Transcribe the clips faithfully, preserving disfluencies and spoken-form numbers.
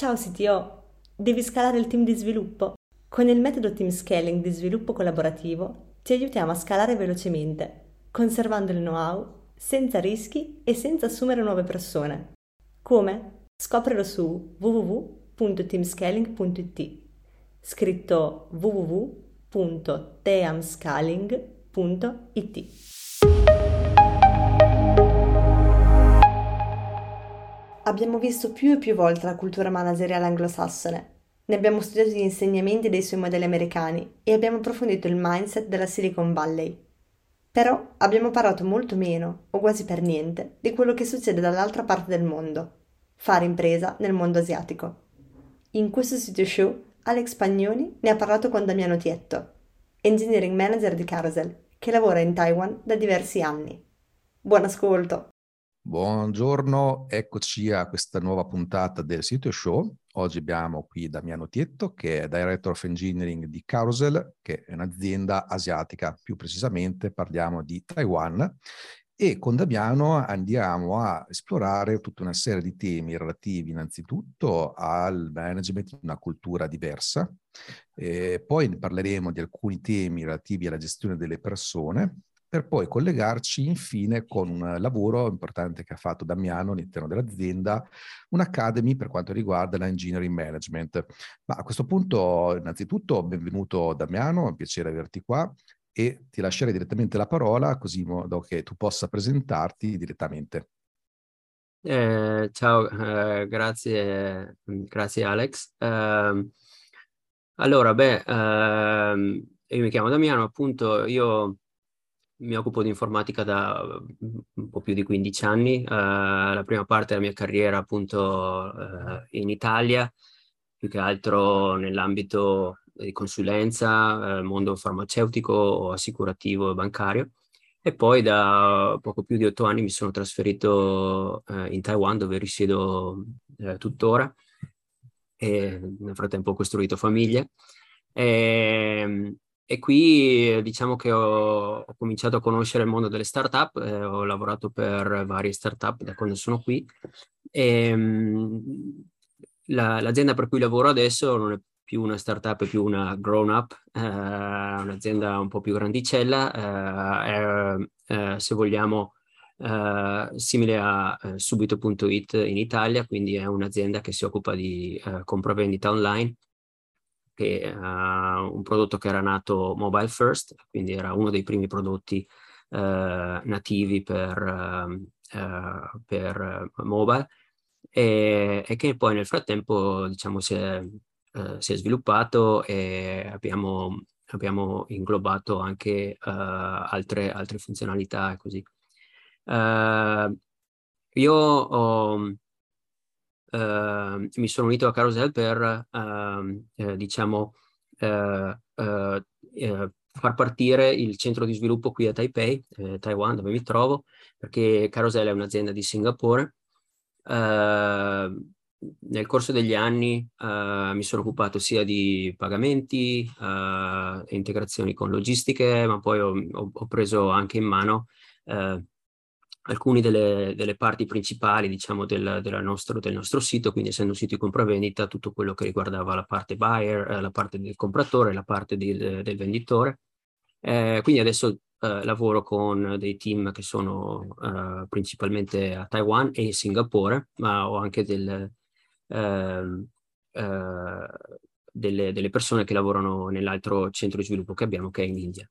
Ciao C T O, devi scalare il team di sviluppo? Con il metodo Team Scaling di sviluppo collaborativo ti aiutiamo a scalare velocemente, conservando il know-how, senza rischi e senza assumere nuove persone. Come? Scoprilo su w w w punto teamscaling punto i t, scritto w w w punto teamscaling punto i t. Abbiamo visto più e più volte la cultura manageriale anglosassone. Ne abbiamo studiato gli insegnamenti dei suoi modelli americani e abbiamo approfondito il mindset della Silicon Valley. Però abbiamo parlato molto meno, o quasi per niente, di quello che succede dall'altra parte del mondo. Fare impresa nel mondo asiatico. In questo sito show, Alex Pagnoni ne ha parlato con Damiano Tietto, engineering manager di Carousel, che lavora in Taiwan da diversi anni. Buon ascolto! Buongiorno, eccoci a questa nuova puntata del Sito Show. Oggi abbiamo qui Damiano Tietto, che è Director of Engineering di Carousel, che è un'azienda asiatica, più precisamente parliamo di Taiwan. E con Damiano andiamo a esplorare tutta una serie di temi relativi innanzitutto al management di una cultura diversa. E poi parleremo di alcuni temi relativi alla gestione delle persone, per poi collegarci infine con un lavoro importante che ha fatto Damiano all'interno dell'azienda, un'academy per quanto riguarda l'engineering management. Ma a questo punto, innanzitutto, benvenuto Damiano, è un piacere averti qua e ti lascerei direttamente la parola così in modo che tu possa presentarti direttamente. Eh, ciao, eh, grazie, grazie Alex. Eh, allora, beh, ehm, io mi chiamo Damiano, appunto, io mi occupo di informatica da un po' più di quindici anni. Eh, la prima parte della mia carriera, appunto, eh, in Italia, più che altro nell'ambito di consulenza, eh, mondo farmaceutico o assicurativo e bancario. E poi da poco più di otto anni mi sono trasferito eh, in Taiwan, dove risiedo eh, tuttora, e nel frattempo ho costruito famiglia. E, e qui eh, diciamo che ho, ho cominciato a conoscere il mondo delle startup, eh, ho lavorato per varie startup da quando sono qui. E, mh, la- l'azienda per cui lavoro adesso non è più una startup, è più una grown up, eh, un'azienda un po' più grandicella, eh, è, eh, se vogliamo, eh, simile a eh, subito punto it in Italia, quindi è un'azienda che si occupa di eh, compravendita online, che ha un prodotto che era nato mobile first, quindi era uno dei primi prodotti eh, nativi per, eh, eh, per mobile, e, e che poi nel frattempo, diciamo, si è, eh, si è sviluppato, e abbiamo, abbiamo inglobato anche eh, altre, altre funzionalità e così. Eh, io ho, eh, mi sono unito a Carousel per, ehm, eh, diciamo, eh, eh, eh, far partire il centro di sviluppo qui a Taipei, eh, Taiwan, dove mi trovo, perché Carousel è un'azienda di Singapore. Eh, nel corso degli anni eh, mi sono occupato sia di pagamenti, eh, integrazioni con logistiche, ma poi ho, ho- ho preso anche in mano eh, alcune delle, delle parti principali, diciamo, del, della nostro, del nostro sito, quindi essendo un sito di compravendita, tutto quello che riguardava la parte buyer, eh, la parte del compratore, la parte del, del venditore. Eh, quindi adesso eh, lavoro con dei team che sono eh, principalmente a Taiwan e in Singapore, ma ho anche del, ehm, eh, delle, delle persone che lavorano nell'altro centro di sviluppo che abbiamo, che è in India.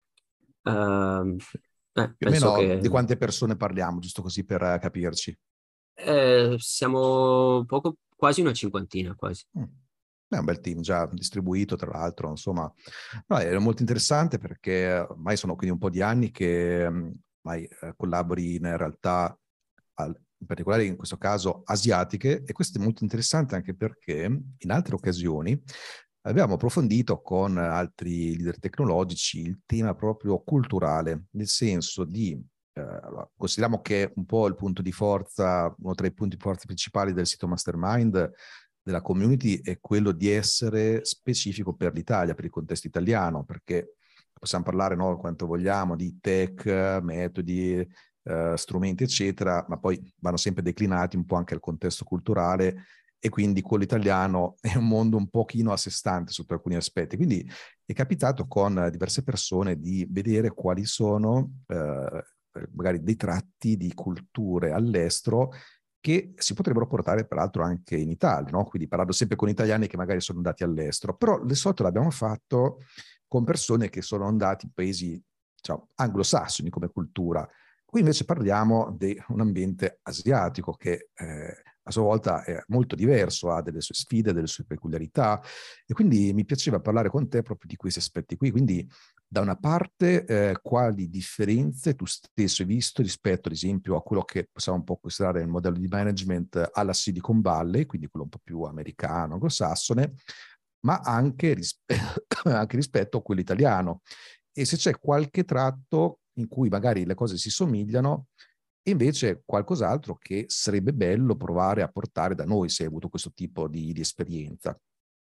Ehm, eh, Più o penso meno di che quante persone parliamo, giusto così per eh, capirci? eh, siamo poco, quasi una cinquantina, quasi. Mm. È un bel team già distribuito, tra l'altro, insomma. No, è molto interessante perché ormai sono quindi un po' di anni che mm, ormai eh, collabori in realtà, al- in particolare in questo caso, asiatiche, e questo è molto interessante anche perché in altre occasioni abbiamo approfondito con altri leader tecnologici il tema proprio culturale, nel senso di, eh, allora, consideriamo che un po' il punto di forza, uno tra i punti di forza principali del sito Mastermind della community è quello di essere specifico per l'Italia, per il contesto italiano, perché possiamo parlare, no, quanto vogliamo di tech, metodi, eh, strumenti, eccetera, ma poi vanno sempre declinati un po' anche al contesto culturale e quindi quello italiano è un mondo un pochino a sé stante sotto alcuni aspetti. Quindi è capitato con diverse persone di vedere quali sono eh, magari dei tratti di culture all'estero che si potrebbero portare peraltro anche in Italia, no? Quindi parlando sempre con italiani che magari sono andati all'estero, però di solito l'abbiamo fatto con persone che sono andati in paesi, diciamo, anglosassoni come cultura. Qui invece parliamo di un ambiente asiatico che eh, a sua volta è molto diverso, ha delle sue sfide, delle sue peculiarità, e quindi mi piaceva parlare con te proprio di questi aspetti qui. Quindi da una parte, eh, quali differenze tu stesso hai visto rispetto, ad esempio, a quello che possiamo un po' considerare il modello di management alla Silicon Valley, quindi quello un po' più americano, anglosassone, ma anche, rispe- anche rispetto a quello italiano. E se c'è qualche tratto in cui magari le cose si somigliano, e invece qualcos'altro che sarebbe bello provare a portare da noi, se hai avuto questo tipo di, di esperienza.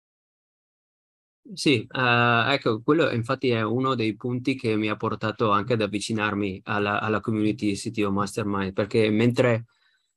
Sì, eh, ecco, quello infatti è uno dei punti che mi ha portato anche ad avvicinarmi alla, alla community C T O Mastermind, perché mentre,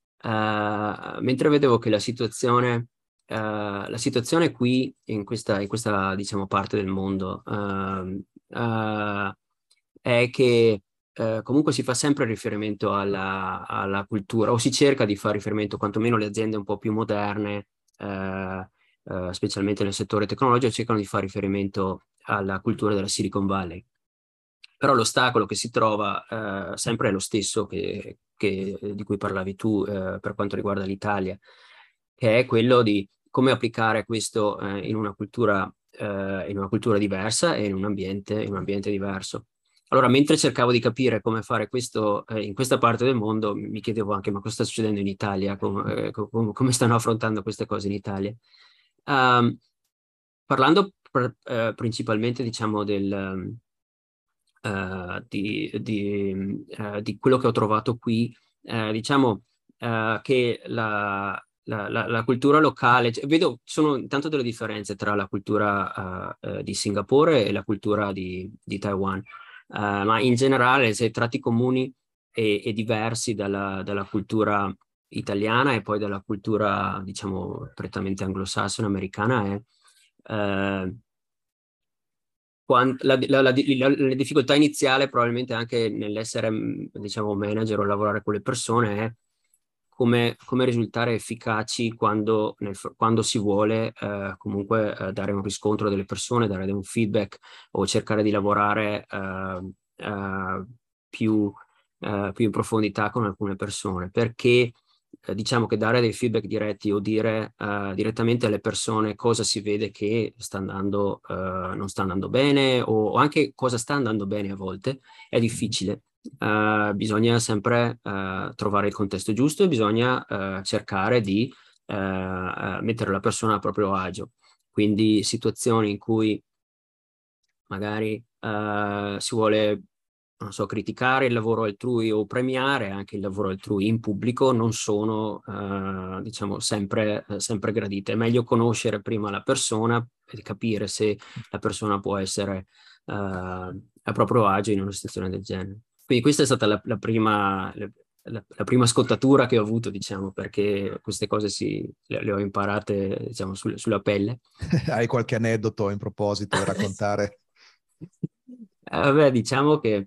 eh, mentre vedevo che la situazione, eh, la situazione qui, in questa, in questa diciamo, parte del mondo, ehm, eh, è che eh, comunque si fa sempre riferimento alla, alla cultura, o si cerca di fare riferimento, quantomeno le aziende un po' più moderne, eh, Uh, specialmente nel settore tecnologico, cercano di fare riferimento alla cultura della Silicon Valley. Però l'ostacolo che si trova uh, sempre è lo stesso che, che, di cui parlavi tu uh, per quanto riguarda l'Italia, che è quello di come applicare questo uh, in una cultura, uh, in una cultura diversa e in un ambiente, in un ambiente diverso. Allora, mentre cercavo di capire come fare questo eh, in questa parte del mondo, mi chiedevo anche ma cosa sta succedendo in Italia, com- eh, com- come stanno affrontando queste cose in Italia. Um, parlando pr- eh, principalmente, diciamo, del, um, eh, di, di, eh, di quello che ho trovato qui, eh, diciamo eh, che la, la, la, la cultura locale, cioè, vedo, ci sono tanto delle differenze tra la cultura eh, eh, di Singapore e la cultura di, di Taiwan, Eh, ma in generale, se tratti comuni e, e diversi dalla, dalla cultura italiana e poi dalla cultura, diciamo, prettamente anglosassone, americana, è eh, quan- la, la, la, la, la difficoltà iniziale, probabilmente anche nell'essere, mh, diciamo, manager o lavorare con le persone, è come, come risultare efficaci quando, nel, quando si vuole eh, comunque eh, dare un riscontro delle persone, dare un feedback o cercare di lavorare eh, eh, più, eh, più in profondità con alcune persone, perché eh, diciamo che dare dei feedback diretti o dire eh, direttamente alle persone cosa si vede che sta andando, eh, non sta andando bene o, o anche cosa sta andando bene a volte è difficile. Uh, bisogna sempre uh, trovare il contesto giusto e bisogna uh, cercare di uh, uh, mettere la persona a proprio agio. Quindi situazioni in cui magari uh, si vuole, non so, criticare il lavoro altrui o premiare anche il lavoro altrui in pubblico non sono, uh, diciamo, sempre, sempre gradite. È meglio conoscere prima la persona e capire se la persona può essere uh, a proprio agio in una situazione del genere. Quindi questa è stata la, la prima, la, la prima scottatura che ho avuto, diciamo, perché queste cose si, le, le ho imparate, diciamo, sul, sulla pelle. Hai qualche aneddoto in proposito da raccontare? Eh, vabbè, diciamo che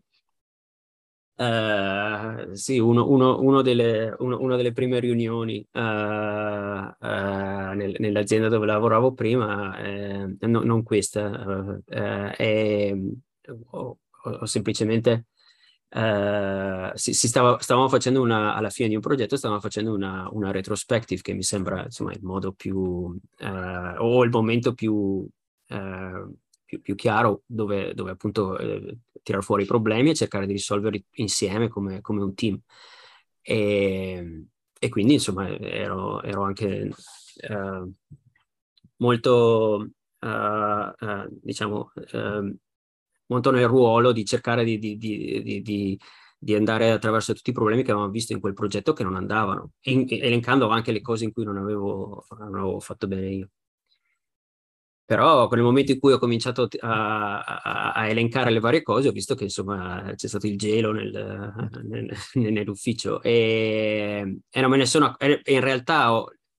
eh, sì, uno, uno, uno delle, uno- una delle prime riunioni eh, eh, nel- nell'azienda dove lavoravo prima, eh, no- non questa, eh, eh, ho, ho semplicemente eh, si, si stava, stavamo facendo una, alla fine di un progetto, stavamo facendo una, una retrospective che mi sembra insomma il modo più eh, o il momento più eh, più, più chiaro dove, dove appunto eh, tirare fuori i problemi e cercare di risolverli insieme come, come un team. E, e quindi insomma ero, ero anche eh, molto, eh, eh, diciamo, eh, molto nel ruolo di cercare di, di, di, di, di di andare attraverso tutti i problemi che avevamo visto in quel progetto che non andavano, e, elencando anche le cose in cui non avevo, non avevo fatto bene io. Però nel momento in cui ho cominciato a, a- a elencare le varie cose, ho visto che insomma c'è stato il gelo nel- nel- nell'ufficio e, e non me ne sono, e in realtà ho-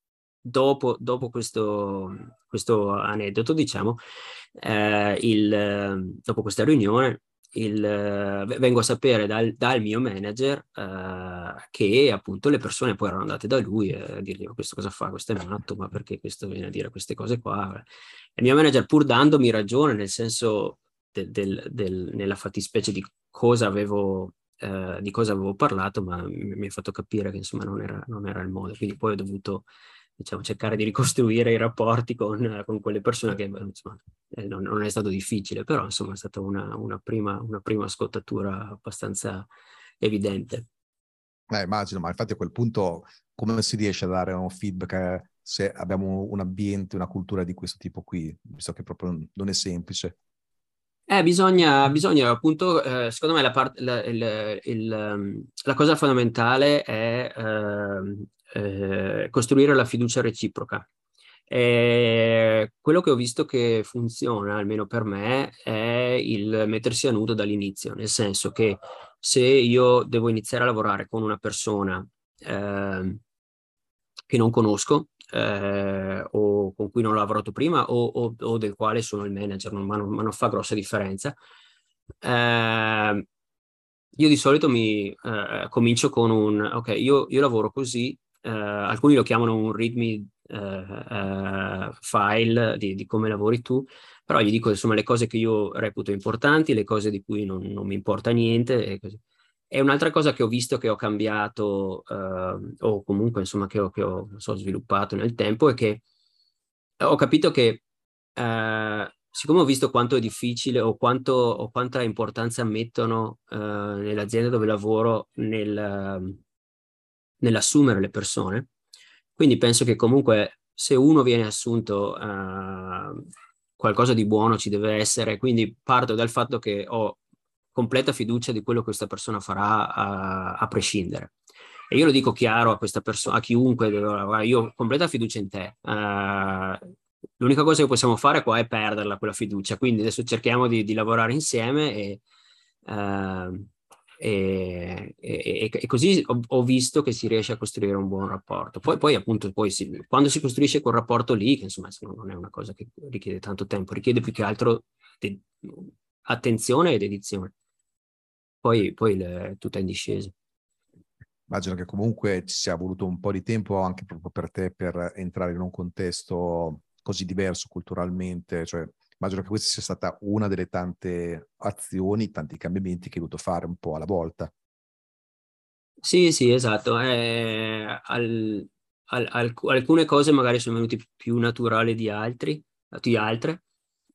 dopo, dopo questo, questo aneddoto, diciamo, eh, il, dopo questa riunione, il, eh, vengo a sapere dal, dal mio manager eh, che appunto le persone poi erano andate da lui e a dirgli: "Ma questo cosa fa? Questo è matto, ma perché questo viene a dire queste cose qua?" E il mio manager, pur dandomi ragione, nel senso del, del, del, nella fattispecie di cosa avevo, eh, di cosa avevo parlato, ma mi, mi ha fatto capire che insomma non era, non era il modo. Quindi poi ho dovuto, diciamo, cercare di ricostruire i rapporti con, con quelle persone che, insomma, eh, non, non è stato difficile, però insomma è stata una, una prima, una prima scottatura abbastanza evidente. Eh, immagino, ma infatti a quel punto come si riesce a dare un feedback eh, se abbiamo un ambiente, una cultura di questo tipo qui, visto che proprio non è semplice. Eh, bisogna, bisogna appunto, eh, secondo me la, part- la, il- il, um, la cosa fondamentale è ehm, eh, costruire la fiducia reciproca. E quello che ho visto che funziona, almeno per me, è il mettersi a nudo dall'inizio, nel senso che se io devo iniziare a lavorare con una persona ehm, che non conosco, eh, o con cui non ho lavorato prima, o, o- o del quale sono il manager, non- ma, non, ma non fa grossa differenza. Eh, io di solito mi eh, comincio con un: ok, io, io lavoro così, eh, alcuni lo chiamano un readme eh, eh, file di, di come lavori tu, però gli dico insomma le cose che io reputo importanti, le cose di cui non, non mi importa niente e così. E un'altra cosa che ho visto che ho cambiato, eh, o comunque insomma che ho, che ho non so, sviluppato nel tempo, è che ho capito che eh, siccome ho visto quanto è difficile o, quanto, o quanta importanza mettono eh, nelle aziende dove lavoro nel, nell'assumere le persone, quindi penso che comunque se uno viene assunto eh, qualcosa di buono ci deve essere, quindi parto dal fatto che ho completa fiducia di quello che questa persona farà a, a prescindere. E io lo dico chiaro a questa persona, a chiunque, io ho completa fiducia in te. Uh, l'unica cosa che possiamo fare qua è perderla, quella fiducia. Quindi adesso cerchiamo di, di lavorare insieme e, uh, e, e, e così ho, ho visto che si riesce a costruire un buon rapporto. Poi, poi appunto, poi si, quando si costruisce quel rapporto lì, che insomma non è una cosa che richiede tanto tempo, richiede più che altro de- attenzione e dedizione. Poi, poi le, tutto è in discesa. Immagino che comunque ci sia voluto un po' di tempo anche proprio per te per entrare in un contesto così diverso culturalmente, cioè immagino che questa sia stata una delle tante azioni, tanti cambiamenti che hai dovuto fare un po' alla volta. Sì, sì, esatto. Eh, al- al- alc- alcune cose magari sono venute più naturali di altri, di altre.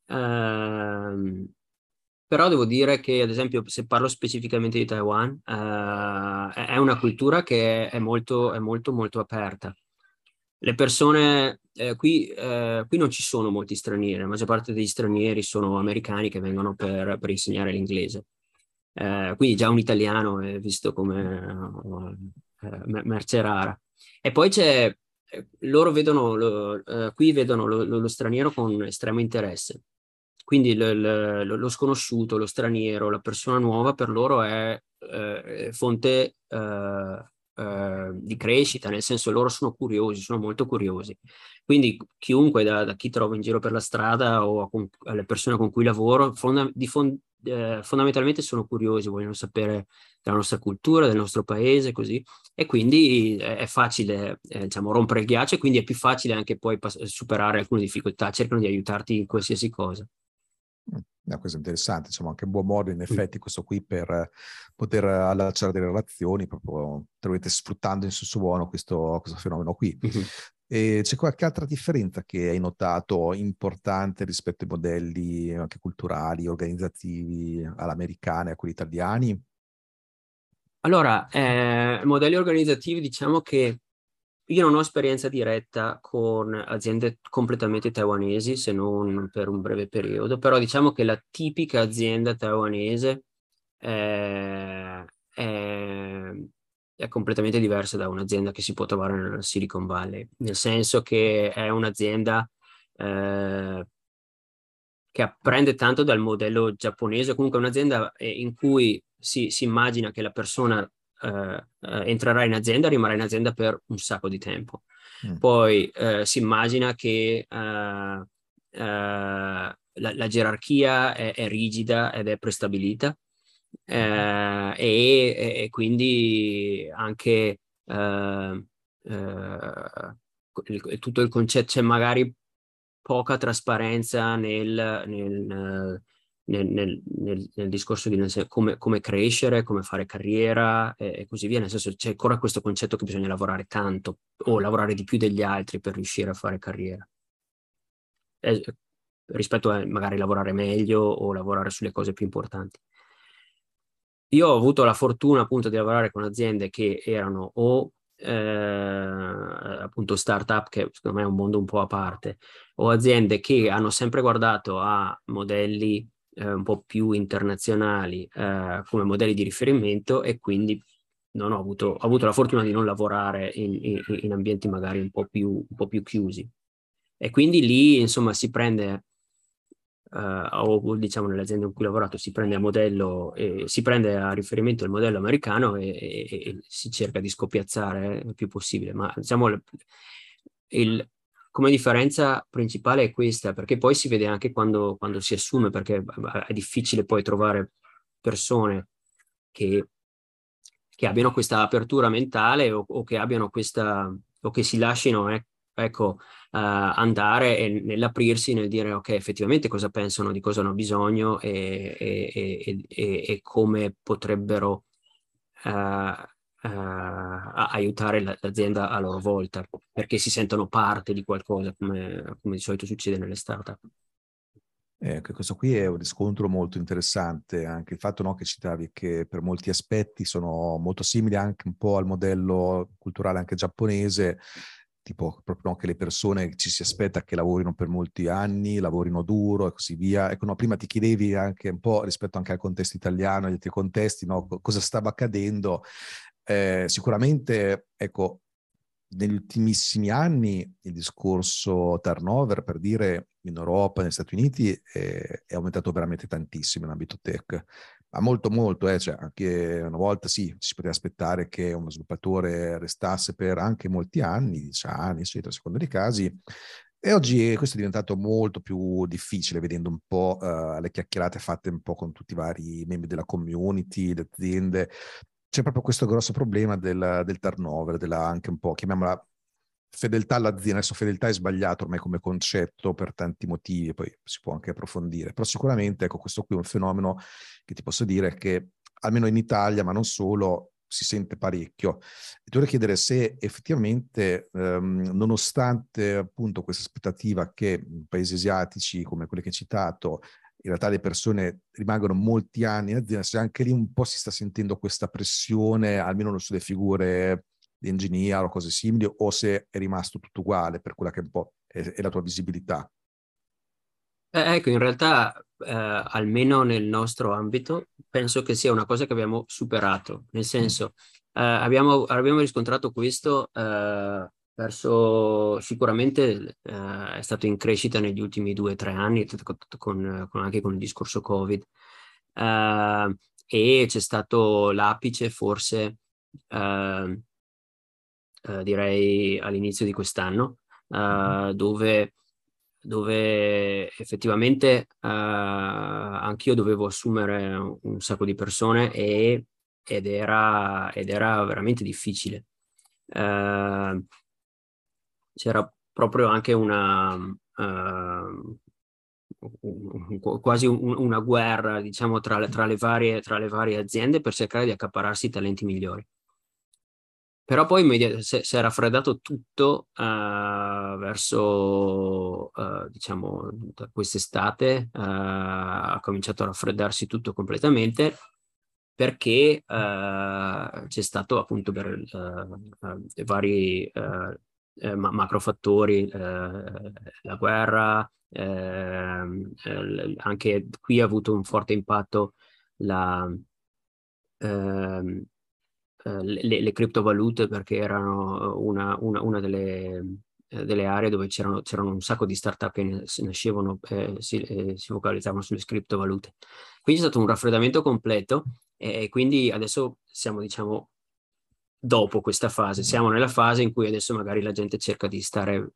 Ehm, Però devo dire che, ad esempio, se parlo specificamente di Taiwan, eh, è è una cultura che è molto, è molto, molto aperta. Le persone, eh, qui, eh, qui non ci sono molti stranieri, la maggior parte degli stranieri sono americani che vengono per, per insegnare l'inglese. Eh, quindi già un italiano è visto come eh, mer- merce rara. E poi c'è, eh, loro vedono, lo- eh, qui vedono lo, lo- lo straniero con estremo interesse. Quindi l- l- lo, lo sconosciuto, lo straniero, la persona nuova per loro è eh, fonte eh, eh, di crescita, nel senso loro sono curiosi, sono molto curiosi. Quindi chiunque, da, da chi trovo in giro per la strada o a con- alle persone con cui lavoro, fonda- di fon- eh, fondamentalmente sono curiosi, vogliono sapere della nostra cultura, del nostro paese, così. E quindi è, è facile, eh, diciamo, rompere il ghiaccio e quindi è più facile anche poi pass- superare alcune difficoltà, cercano di aiutarti in qualsiasi cosa. Mm, no, questo è interessante, insomma, anche un buon modo in Mm. effetti questo qui per eh, poter allacciare delle relazioni, proprio tra virgolette, sfruttando in senso buono questo, questo fenomeno qui. Mhm. E c'è qualche altra differenza che hai notato importante rispetto ai modelli anche culturali, organizzativi all'americana e a quelli italiani? Allora, eh, modelli organizzativi, diciamo che io non ho esperienza diretta con aziende completamente taiwanesi, se non per un breve periodo, però diciamo che la tipica azienda taiwanese eh, è, è completamente diversa da un'azienda che si può trovare nella Silicon Valley, nel senso che è un'azienda eh, che apprende tanto dal modello giapponese, comunque è un'azienda eh, in cui si, si immagina che la persona eh, eh, entrerà in azienda e rimarrà in azienda per un sacco di tempo. Mm. Poi eh, si immagina che eh, eh, la, la gerarchia è, è rigida ed è prestabilita, eh, e, e quindi anche eh, eh, il- tutto il concetto, c'è magari poca trasparenza nel, nel, nel, nel- nel- nel discorso di nel sen- come, come crescere, come fare carriera e, e così via, nel senso c'è ancora questo concetto che bisogna lavorare tanto o lavorare di più degli altri per riuscire a fare carriera. Eh, rispetto a magari lavorare meglio o lavorare sulle cose più importanti. Io ho avuto la fortuna appunto di lavorare con aziende che erano o eh, appunto startup, che secondo me è un mondo un po' a parte, o aziende che hanno sempre guardato a modelli eh, un po' più internazionali eh, come modelli di riferimento, e quindi non ho avuto, ho avuto la fortuna di non lavorare in, in, in ambienti magari un po' più, un po' più chiusi. E quindi lì, insomma, si prende, eh, o diciamo nelle aziende in cui ho lavorato, si prende a modello, eh, si prende a riferimento il modello americano e, e- e si cerca di scopiazzare il più possibile. Ma diciamo, il, il- come differenza principale è questa, perché poi si vede anche quando, quando si assume, perché è difficile poi trovare persone che, che abbiano questa apertura mentale o, o che abbiano questa, o che si lasciano, eh, ecco, eh, andare e nell'aprirsi, nel dire ok, effettivamente cosa pensano, di cosa hanno bisogno e, e- e- e- e come potrebbero eh, eh, a- aiutare la- l'azienda a loro volta, perché si sentono parte di qualcosa, come, come di solito succede nelle startup. Eh, che questo qui è un riscontro molto interessante, anche il fatto, no, che citavi che per molti aspetti sono molto simili anche un po' al modello culturale anche giapponese, tipo proprio, no, che le persone ci si aspetta che lavorino per molti anni, lavorino duro e così via. Ecco, no, prima ti chiedevi anche un po' rispetto anche al contesto italiano, agli altri contesti, no, co- cosa stava accadendo. Eh, sicuramente, ecco, negli ultimissimi anni il discorso turnover, per dire, in Europa, negli Stati Uniti, è, è aumentato veramente tantissimo in ambito tech. Ma molto, molto, eh, cioè, anche una volta sì, ci si poteva aspettare che uno sviluppatore restasse per anche molti anni, dieci anni, eccetera, a seconda dei casi. E oggi questo è diventato molto più difficile, vedendo un po' uh, le chiacchierate fatte un po' con tutti i vari membri della community, le aziende. C'è proprio questo grosso problema del, del turnover, della anche un po', chiamiamola fedeltà all'azienda. Adesso fedeltà è sbagliato ormai come concetto per tanti motivi, poi si può anche approfondire, però sicuramente ecco, questo qui è un fenomeno che ti posso dire che almeno in Italia, ma non solo, si sente parecchio. E ti vorrei chiedere se effettivamente, ehm, nonostante appunto questa aspettativa che in paesi asiatici come quelli che hai citato, in realtà le persone rimangono molti anni in azienda, se anche lì un po' si sta sentendo questa pressione, almeno sulle figure di engineer o cose simili, o se è rimasto tutto uguale per quella che un po' è, è la tua visibilità. Eh, ecco, in realtà, eh, almeno nel nostro ambito, penso che sia una cosa che abbiamo superato, nel Mm. senso, eh, abbiamo, abbiamo riscontrato questo eh, verso, sicuramente eh, è stato in crescita negli ultimi due o tre anni, con, con- con- anche con il discorso Covid, eh, e c'è stato l'apice forse, eh, eh, direi all'inizio di quest'anno, Mm-hmm. eh, dove dove effettivamente eh, anch'io dovevo assumere un, un sacco di persone e, ed era, ed era veramente difficile. Eh, c'era proprio anche una, eh, un- un- quasi un- una guerra, diciamo, tra le, tra le varie, tra le varie aziende per cercare di accaparrarsi i talenti migliori. Però poi immedi- si si è raffreddato tutto eh, verso, eh, diciamo, da quest'estate, eh, ha cominciato a raffreddarsi tutto completamente perché eh, c'è stato appunto per eh, eh, vari eh, eh, ma- macrofattori, eh, la guerra, ehm, eh, anche qui ha avuto un forte impatto la ehm, eh, le, le criptovalute, perché erano una, una- una delle, eh, delle aree dove c'erano c'erano un sacco di startup che ne- si nascevano, eh, si, eh, si focalizzavano sulle criptovalute. Quindi è stato un raffreddamento completo e, e quindi adesso siamo, diciamo, dopo questa fase. Mm. Siamo nella fase in cui adesso magari la gente cerca di stare uh,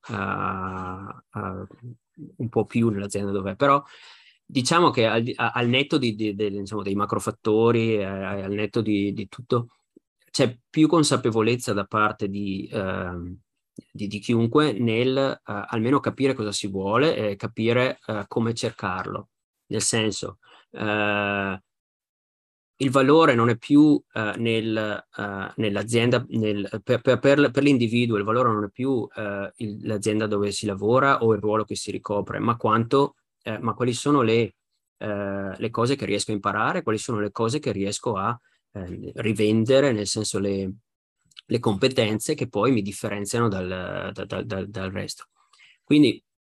uh, un po' più nell'azienda dov'è, però diciamo che al, al netto di, di, di, insomma, dei macrofattori, eh, al netto di, di tutto, c'è più consapevolezza da parte di, uh, di, di chiunque nel uh, almeno capire cosa si vuole e capire uh, come cercarlo. Nel senso, uh, il valore non è più uh, nel, uh, nell'azienda, nel, per, per, per, per l'individuo, il valore non è più uh, il, l'azienda dove si lavora o il ruolo che si ricopre, ma quanto, eh, ma quali sono le, uh, le cose che riesco a imparare, quali sono le cose che riesco a eh, rivendere, nel senso le, le competenze che poi mi differenziano dal, dal, dal, dal resto. Quindi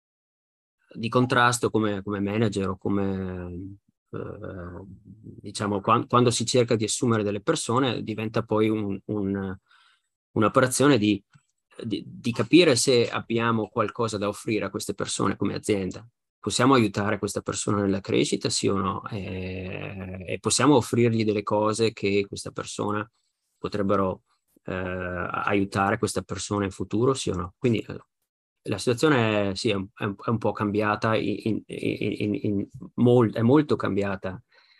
di contrasto come, come manager o come eh, diciamo quando, quando si cerca di assumere delle persone diventa poi un, un, un'operazione di, di, di capire se abbiamo qualcosa da offrire a queste persone come azienda. Possiamo aiutare questa persona nella crescita, sì o no? E, e possiamo offrirgli delle cose che questa persona potrebbero eh, aiutare questa persona in futuro, sì o no? Quindi eh, la situazione sì, è, un, è un po' cambiata, in, in, in, in mol, è molto cambiata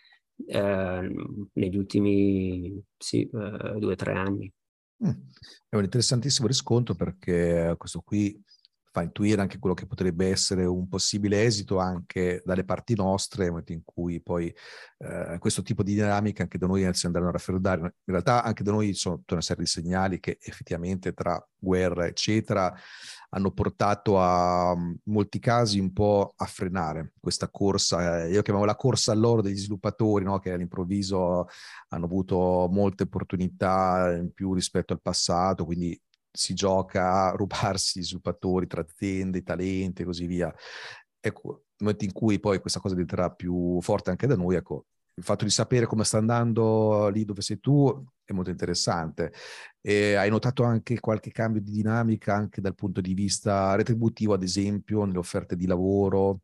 eh, negli ultimi sì, eh, due o tre anni. Mm. È un interessantissimo riscontro, perché questo qui fa intuire anche quello che potrebbe essere un possibile esito anche dalle parti nostre, nel momento in cui poi eh, questo tipo di dinamica anche da noi si andranno a raffreddare. In realtà anche da noi sono tutta una serie di segnali che effettivamente tra guerra eccetera hanno portato a in molti casi un po' a frenare questa corsa, eh, io chiamavo la corsa all'oro degli sviluppatori, no? Che all'improvviso hanno avuto molte opportunità in più rispetto al passato, quindi si gioca a rubarsi gli sviluppatori tra aziende, talenti e così via. Ecco, nel momento in cui poi questa cosa diventerà più forte anche da noi, ecco, il fatto di sapere come sta andando lì dove sei tu è molto interessante. E hai notato anche qualche cambio di dinamica anche dal punto di vista retributivo, ad esempio, nelle offerte di lavoro?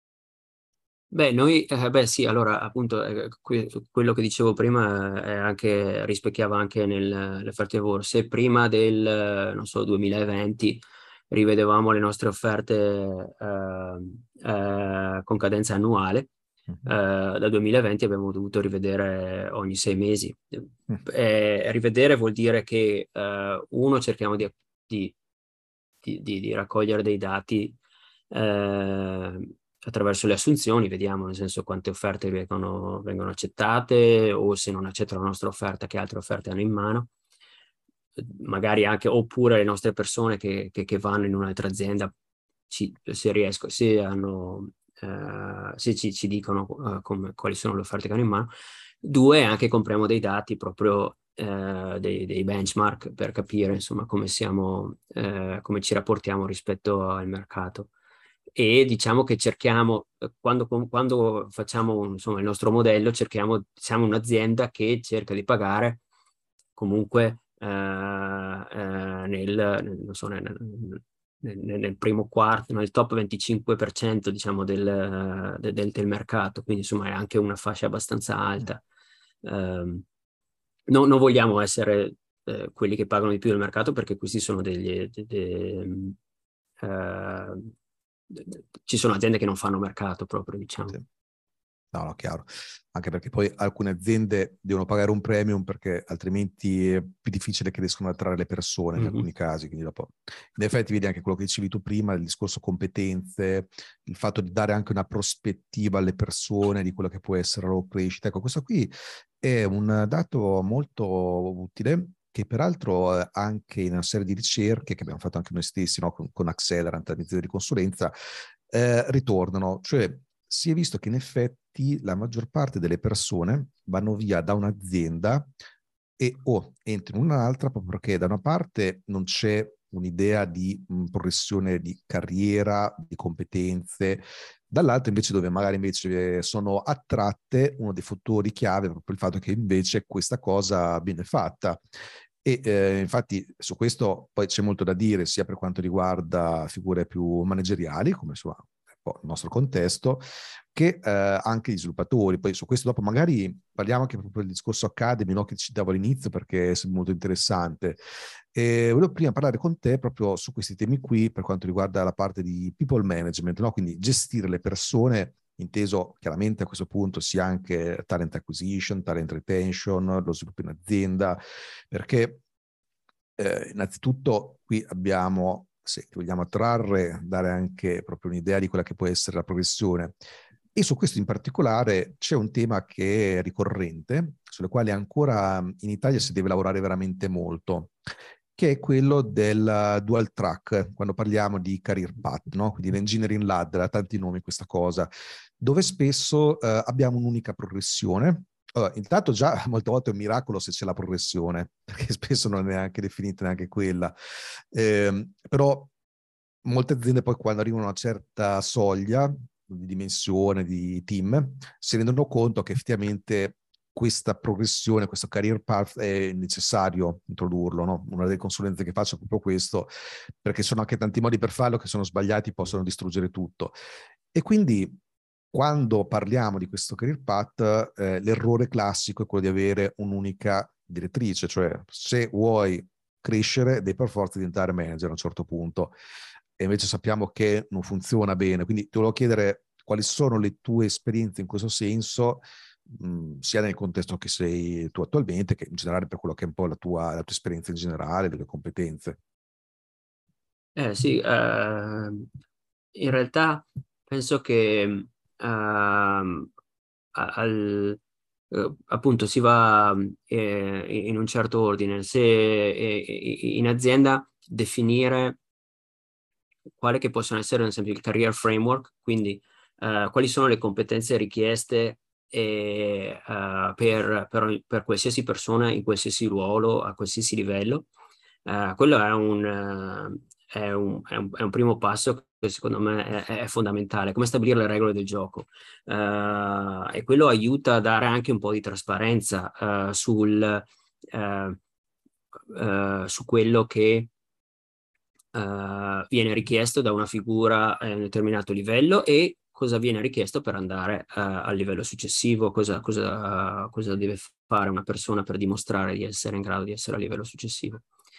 Beh, noi, eh, beh sì, allora appunto eh, que- quello che dicevo prima è anche, rispecchiava anche nel, nelle offerte di lavoro. Se prima del, eh, non so, duemilaventi rivedevamo le nostre offerte eh, eh, con cadenza annuale, Mhm. eh, dal duemilaventi abbiamo dovuto rivedere ogni sei mesi. Mm. Eh, rivedere vuol dire che eh, uno cerchiamo di, di, di, di- di raccogliere dei dati eh, attraverso le assunzioni, vediamo nel senso quante offerte vengono, vengono accettate o se non accettano la nostra offerta che altre offerte hanno in mano, magari anche oppure le nostre persone che, che, che vanno in un'altra azienda ci, se riescono, se hanno eh, se ci, ci dicono uh, come, quali sono le offerte che hanno in mano. Due, anche compriamo dei dati proprio eh, dei, dei benchmark per capire insomma come siamo, eh, come ci rapportiamo rispetto al mercato. E diciamo che cerchiamo, quando, quando facciamo insomma, il nostro modello, cerchiamo, siamo un'azienda che cerca di pagare comunque eh, eh, nel, nel, non so, nel, nel, nel primo quarto, nel top venticinque per cento diciamo del, del, del mercato, quindi insomma è anche una fascia abbastanza alta. Um, no, non vogliamo essere eh, quelli che pagano di più del mercato, perché questi sono degli... De, de, uh, ci sono aziende che non fanno mercato proprio, diciamo. Sì. No, no, chiaro. Anche perché poi alcune aziende devono pagare un premium, perché altrimenti è più difficile che riescono ad attrarre le persone in Mm-hmm. alcuni casi. Quindi dopo, in effetti, vedi anche quello che dicevi tu prima, il discorso competenze, il fatto di dare anche una prospettiva alle persone di quello che può essere la loro crescita. Ecco, questo qui è un dato molto utile, che peraltro eh, anche in una serie di ricerche che abbiamo fatto anche noi stessi, no? con, con Accelerant, l'azienda di consulenza, eh, ritornano. Cioè, si è visto che in effetti la maggior parte delle persone vanno via da un'azienda e o entrano in un'altra proprio perché da una parte non c'è un'idea di mh, progressione di carriera, di competenze, dall'altra invece dove magari invece sono attratte, uno dei fattori chiave è proprio il fatto che invece questa cosa viene fatta. E eh, infatti su questo poi c'è molto da dire, sia per quanto riguarda figure più manageriali, come insomma il nostro contesto, che eh, anche gli sviluppatori. Poi su questo dopo magari parliamo anche proprio del discorso Academy, no, che citavo all'inizio, perché è molto interessante. E volevo prima parlare con te proprio su questi temi qui per quanto riguarda la parte di people management, no? Quindi gestire le persone, inteso chiaramente a questo punto sia anche talent acquisition, talent retention, lo sviluppo in azienda, perché eh, innanzitutto qui abbiamo, se vogliamo attrarre, dare anche proprio un'idea di quella che può essere la progressione. E su questo in particolare c'è un tema che è ricorrente, sulle quali ancora in Italia si deve lavorare veramente molto, che è quello del dual track, quando parliamo di career path, no? Quindi l'engineering ladder, ha tanti nomi questa cosa, dove spesso eh, abbiamo un'unica progressione. Allora, intanto già molte volte è un miracolo se c'è la progressione, perché spesso non è neanche definita neanche quella. Eh, però molte aziende poi quando arrivano a una certa soglia di dimensione, di team, si rendono conto che effettivamente questa progressione, questo career path è necessario introdurlo, no? Una delle consulenze che faccio è proprio questo, perché sono anche tanti modi per farlo che sono sbagliati, possono distruggere tutto. E quindi quando parliamo di questo career path, eh, l'errore classico è quello di avere un'unica direttrice, cioè se vuoi crescere devi per forza diventare manager a un certo punto, e invece sappiamo che non funziona bene. Quindi ti volevo chiedere quali sono le tue esperienze in questo senso, mh, sia nel contesto che sei tu attualmente, che in generale per quello che è un po' la tua, la tua esperienza in generale, le tue competenze. Eh sì, eh, in realtà penso che ehm, a- al, eh, appunto si va eh, in un certo ordine. Se eh, in azienda definire quale che possono essere ad esempio il career framework, quindi eh, quali sono le competenze richieste e, eh, per, per, per qualsiasi persona in qualsiasi ruolo, a qualsiasi livello. Eh, quello è un, eh, è un, è un, è un primo passo che secondo me è, è fondamentale, come stabilire le regole del gioco. Eh, e quello aiuta a dare anche un po' di trasparenza eh, sul, eh, eh, su quello che Uh, viene richiesto da una figura a un determinato livello e cosa viene richiesto per andare uh, al livello successivo, cosa, cosa, cosa deve fare una persona per dimostrare di essere in grado di essere a livello successivo.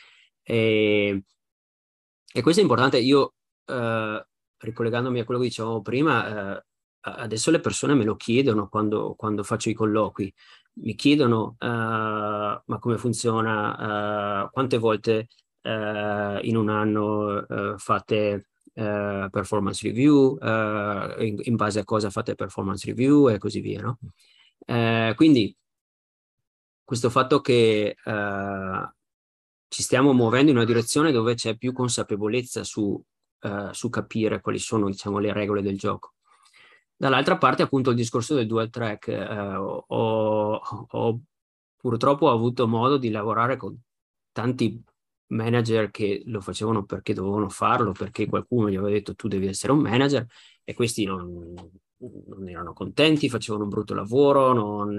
E, e questo è importante. Io, uh, ricollegandomi a quello che dicevamo prima, uh, adesso le persone me lo chiedono quando, quando faccio i colloqui. Mi chiedono uh, ma come funziona, uh, quante volte Uh, in un anno uh, fate uh, performance review, uh, in, in base a cosa fate performance review e così via, no? Uh, quindi questo fatto che uh, ci stiamo muovendo in una direzione dove c'è più consapevolezza su, uh, su capire quali sono, diciamo, le regole del gioco. Dall'altra parte, appunto, il discorso del dual track, uh, ho, ho purtroppo ho avuto modo di lavorare con tanti manager che lo facevano perché dovevano farlo, perché qualcuno gli aveva detto tu devi essere un manager, e questi non, non erano contenti, facevano un brutto lavoro,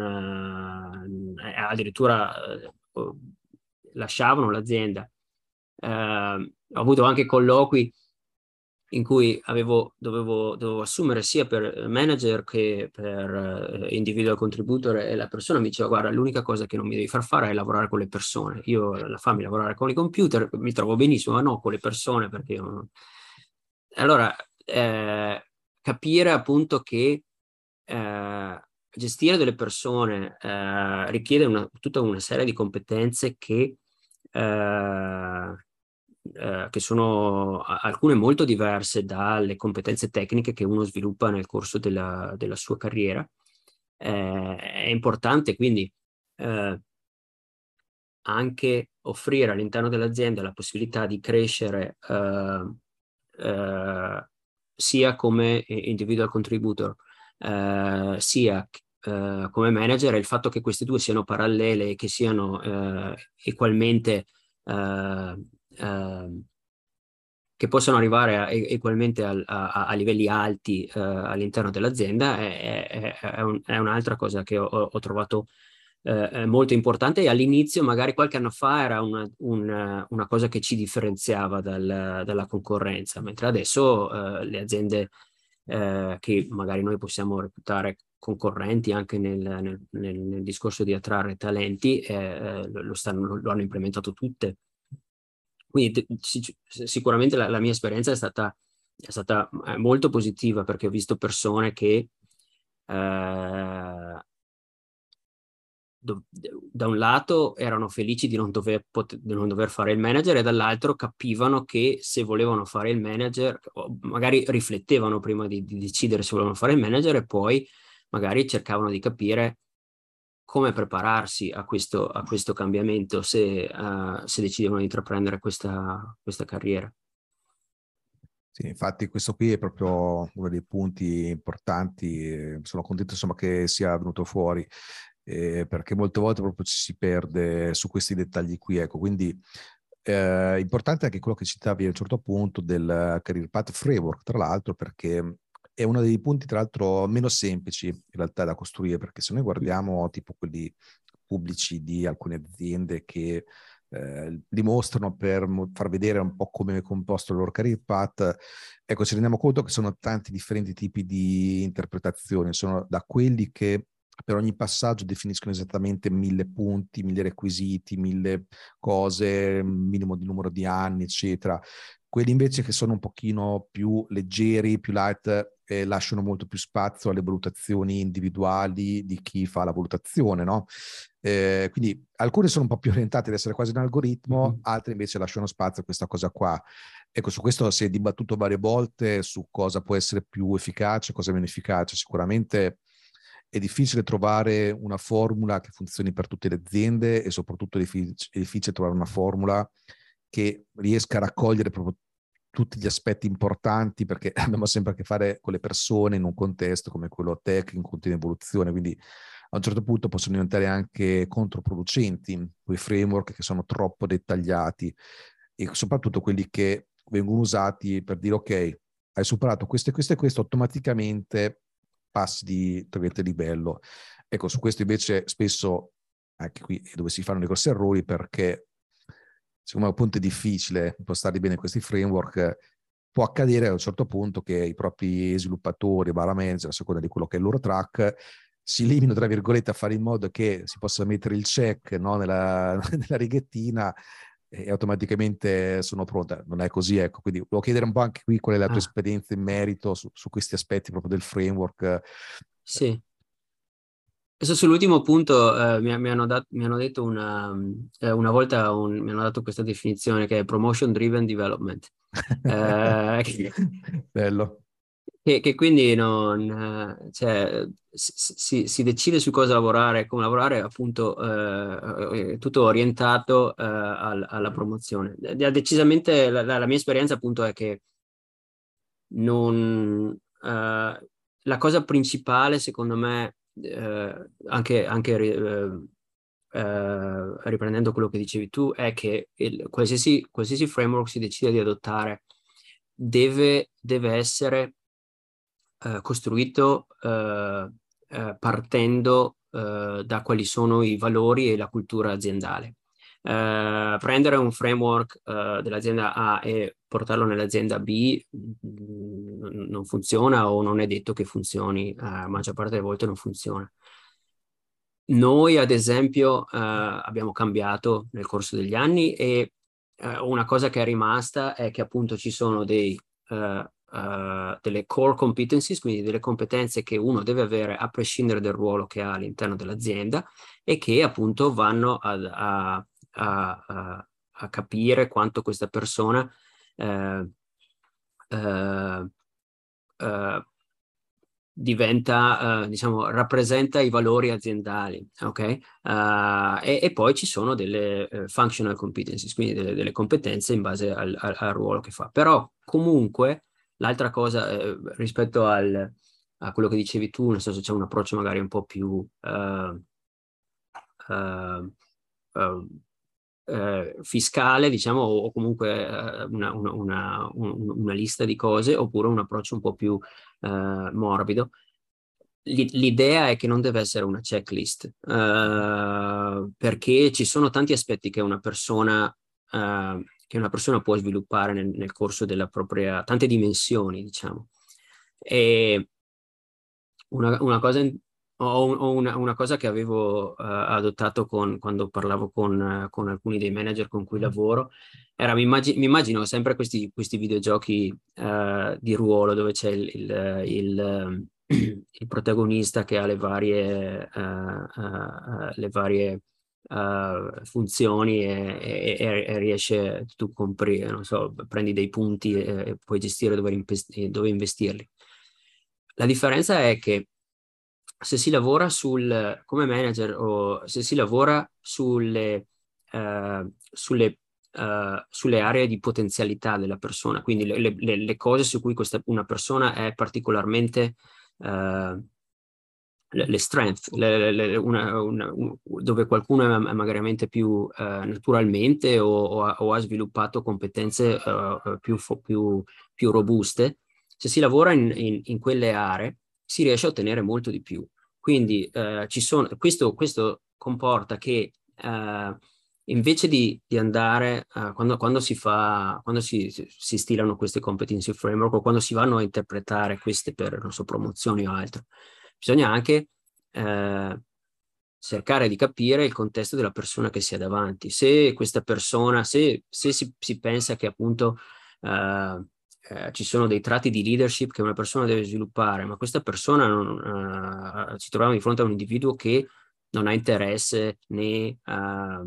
non, eh, addirittura eh, lasciavano l'azienda. Eh, ho avuto anche colloqui in cui avevo, dovevo, dovevo assumere sia per manager che per eh, individual contributor, e la persona mi diceva guarda, l'unica cosa che non mi devi far fare è lavorare con le persone, io la fammi lavorare con i computer, mi trovo benissimo, ma no con le persone, perché io non... Allora eh, capire appunto che eh, gestire delle persone eh, richiede una, tutta una serie di competenze che eh, eh, che sono alcune molto diverse dalle competenze tecniche che uno sviluppa nel corso della, della sua carriera. Eh, è importante quindi eh, anche offrire all'interno dell'azienda la possibilità di crescere eh, eh, sia come individual contributor, eh, sia eh, come manager, e il fatto che queste due siano parallele e che siano eh, equalmente eh, eh, che possono arrivare a, equalmente a, a, a livelli alti uh, all'interno dell'azienda è, è, è, un, è un'altra cosa che ho, ho trovato uh, molto importante, e all'inizio magari qualche anno fa era una, una, una cosa che ci differenziava dal, dalla concorrenza, mentre adesso uh, le aziende eh, che magari noi possiamo reputare concorrenti anche nel, nel, nel, nel discorso di attrarre talenti, eh, lo, stanno, lo hanno implementato tutte. Quindi sic- sicuramente la, la mia esperienza è stata, è stata molto positiva, perché ho visto persone che eh, do, da un lato erano felici di non, dover, pot- di non dover fare il manager, e dall'altro capivano che se volevano fare il manager, magari riflettevano prima di, di decidere se volevano fare il manager, e poi magari cercavano di capire come prepararsi a questo, a questo cambiamento se, uh, se decidevano di intraprendere questa, questa carriera. Sì, infatti questo qui è proprio uno dei punti importanti. Sono contento insomma che sia venuto fuori, eh, perché molte volte proprio ci si perde su questi dettagli qui. Ecco, quindi eh, importante anche quello che citavi a un certo punto del Career Path Framework, tra l'altro, perché è uno dei punti, tra l'altro, meno semplici in realtà da costruire, perché se noi guardiamo tipo quelli pubblici di alcune aziende che eh, dimostrano per far vedere un po' come è composto il loro career path, ecco, ci rendiamo conto che sono tanti differenti tipi di interpretazioni, sono da quelli che per ogni passaggio definiscono esattamente mille punti, mille requisiti, mille cose, minimo di numero di anni, eccetera. Quelli invece che sono un pochino più leggeri, più light, eh, lasciano molto più spazio alle valutazioni individuali di chi fa la valutazione, no? Eh, quindi alcune sono un po' più orientate ad essere quasi un algoritmo, mm-hmm. altre invece lasciano spazio a questa cosa qua. Ecco, su questo si è dibattuto varie volte, su cosa può essere più efficace, cosa meno efficace. Sicuramente è difficile trovare una formula che funzioni per tutte le aziende, e soprattutto è difficile, è difficile trovare una formula che riesca a raccogliere proprio tutti gli aspetti importanti, perché abbiamo sempre a che fare con le persone in un contesto come quello tech in continua evoluzione, quindi a un certo punto possono diventare anche controproducenti quei framework che sono troppo dettagliati, e soprattutto quelli che vengono usati per dire: ok, hai superato questo e questo e questo, automaticamente passi di livello. Ecco, su questo invece spesso anche qui è dove si fanno dei grossi errori, perché secondo me appunto è difficile impostare bene questi framework. Può accadere a un certo punto che i propri sviluppatori, barra manager, a seconda di quello che è il loro track, si limitino, tra virgolette, a fare in modo che si possa mettere il check, no, nella, nella righettina, e automaticamente sono pronta. Non è così, ecco. Quindi volevo chiedere un po' anche qui qual è la tua ah. esperienza in merito su, su questi aspetti proprio del framework. Sì. Adesso sull'ultimo punto eh, mi, mi, hanno dat- mi hanno detto una, eh, una volta un, mi hanno dato questa definizione che è promotion driven development. Eh, che, Bello. Che, che quindi non, cioè, si, si decide su cosa lavorare, come lavorare, appunto, eh, tutto orientato eh, al, alla promozione. Decisamente la, la mia esperienza appunto è che non, eh, la cosa principale secondo me, eh, anche, anche eh, eh, riprendendo quello che dicevi tu, è che il, qualsiasi, qualsiasi framework si decide di adottare deve, deve essere eh, costruito eh, eh, partendo eh, da quali sono i valori e la cultura aziendale. Uh, prendere un framework uh, dell'azienda A e portarlo nell'azienda B mh, non funziona, o non è detto che funzioni, uh, la maggior parte delle volte non funziona. Noi, ad esempio, uh, abbiamo cambiato nel corso degli anni, e uh, una cosa che è rimasta è che appunto ci sono dei, uh, uh, delle core competencies, quindi delle competenze che uno deve avere a prescindere dal ruolo che ha all'interno dell'azienda, e che appunto vanno a, a A, a, a capire quanto questa persona eh, eh, eh, diventa, eh, diciamo, rappresenta i valori aziendali, ok? Uh, e, e poi ci sono delle uh, functional competencies, quindi delle, delle competenze in base al, al, al ruolo che fa. Però comunque l'altra cosa eh, rispetto al, a quello che dicevi tu, nel senso c'è un approccio magari un po' più uh, uh, uh, Eh, fiscale, diciamo, o, o comunque eh, una, una, una, una lista di cose, oppure un approccio un po' più eh, morbido. L'idea è che non deve essere una checklist, eh, perché ci sono tanti aspetti che una persona, eh, che una persona può sviluppare nel, nel corso della propria, tante dimensioni, diciamo. E una, una cosa, ho, ho una, una cosa che avevo uh, adottato con, quando parlavo con, uh, con alcuni dei manager con cui lavoro, era, mi, immagino, mi immagino sempre questi, questi videogiochi uh, di ruolo dove c'è il, il, il, il protagonista che ha le varie, uh, uh, le varie uh, funzioni e, e, e riesce, tu compri, non so, prendi dei punti e, e puoi gestire dove, investi, dove investirli. La differenza è che se si lavora sul, come manager o se si lavora sulle, uh, sulle, uh, sulle aree di potenzialità della persona, quindi le, le, le cose su cui questa, una persona è particolarmente, uh, le, le strength, le, le, una, una, un, dove qualcuno è magari più uh, naturalmente o, o, ha, o ha sviluppato competenze uh, più, più, più robuste, se si lavora in, in, in quelle aree si riesce a ottenere molto di più. Quindi eh, ci sono, questo, questo comporta che eh, invece di, di andare, eh, quando, quando si fa, quando si, si stilano queste competency framework o quando si vanno a interpretare queste per, non so, promozioni o altro, bisogna anche eh, cercare di capire il contesto della persona che si ha davanti. Se questa persona, se, se si, si pensa che appunto eh, eh, ci sono dei tratti di leadership che una persona deve sviluppare, ma questa persona non, eh, ci troviamo di fronte a un individuo che non ha interesse né, uh,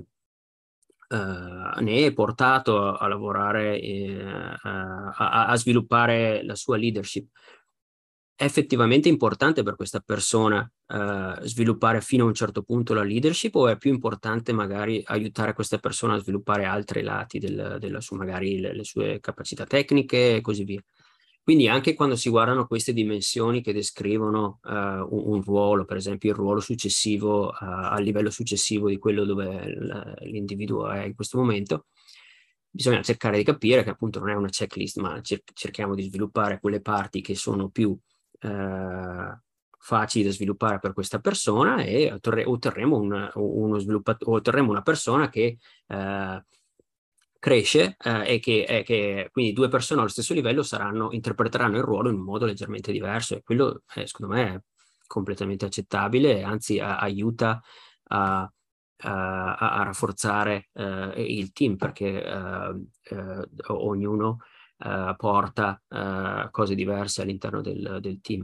uh, né è portato a, a lavorare, eh, a, a, a sviluppare la sua leadership. È effettivamente importante per questa persona uh, sviluppare fino a un certo punto la leadership, o è più importante magari aiutare questa persona a sviluppare altri lati del, della sua, magari le, le sue capacità tecniche e così via. Quindi anche quando si guardano queste dimensioni che descrivono uh, un, un ruolo, per esempio il ruolo successivo uh, a livello successivo di quello dove l'individuo è in questo momento, bisogna cercare di capire che appunto non è una checklist, ma cer- cerchiamo di sviluppare quelle parti che sono più eh, facili da sviluppare per questa persona e otterre- otterremo, un, uno sviluppatore, otterremo una persona che eh, cresce eh, e che, eh, che quindi due persone allo stesso livello saranno, interpreteranno il ruolo in un modo leggermente diverso, e quello eh, secondo me è completamente accettabile, anzi a- aiuta a, a, a rafforzare eh, il team, perché eh, eh, ognuno eh, porta eh, cose diverse all'interno del, del team.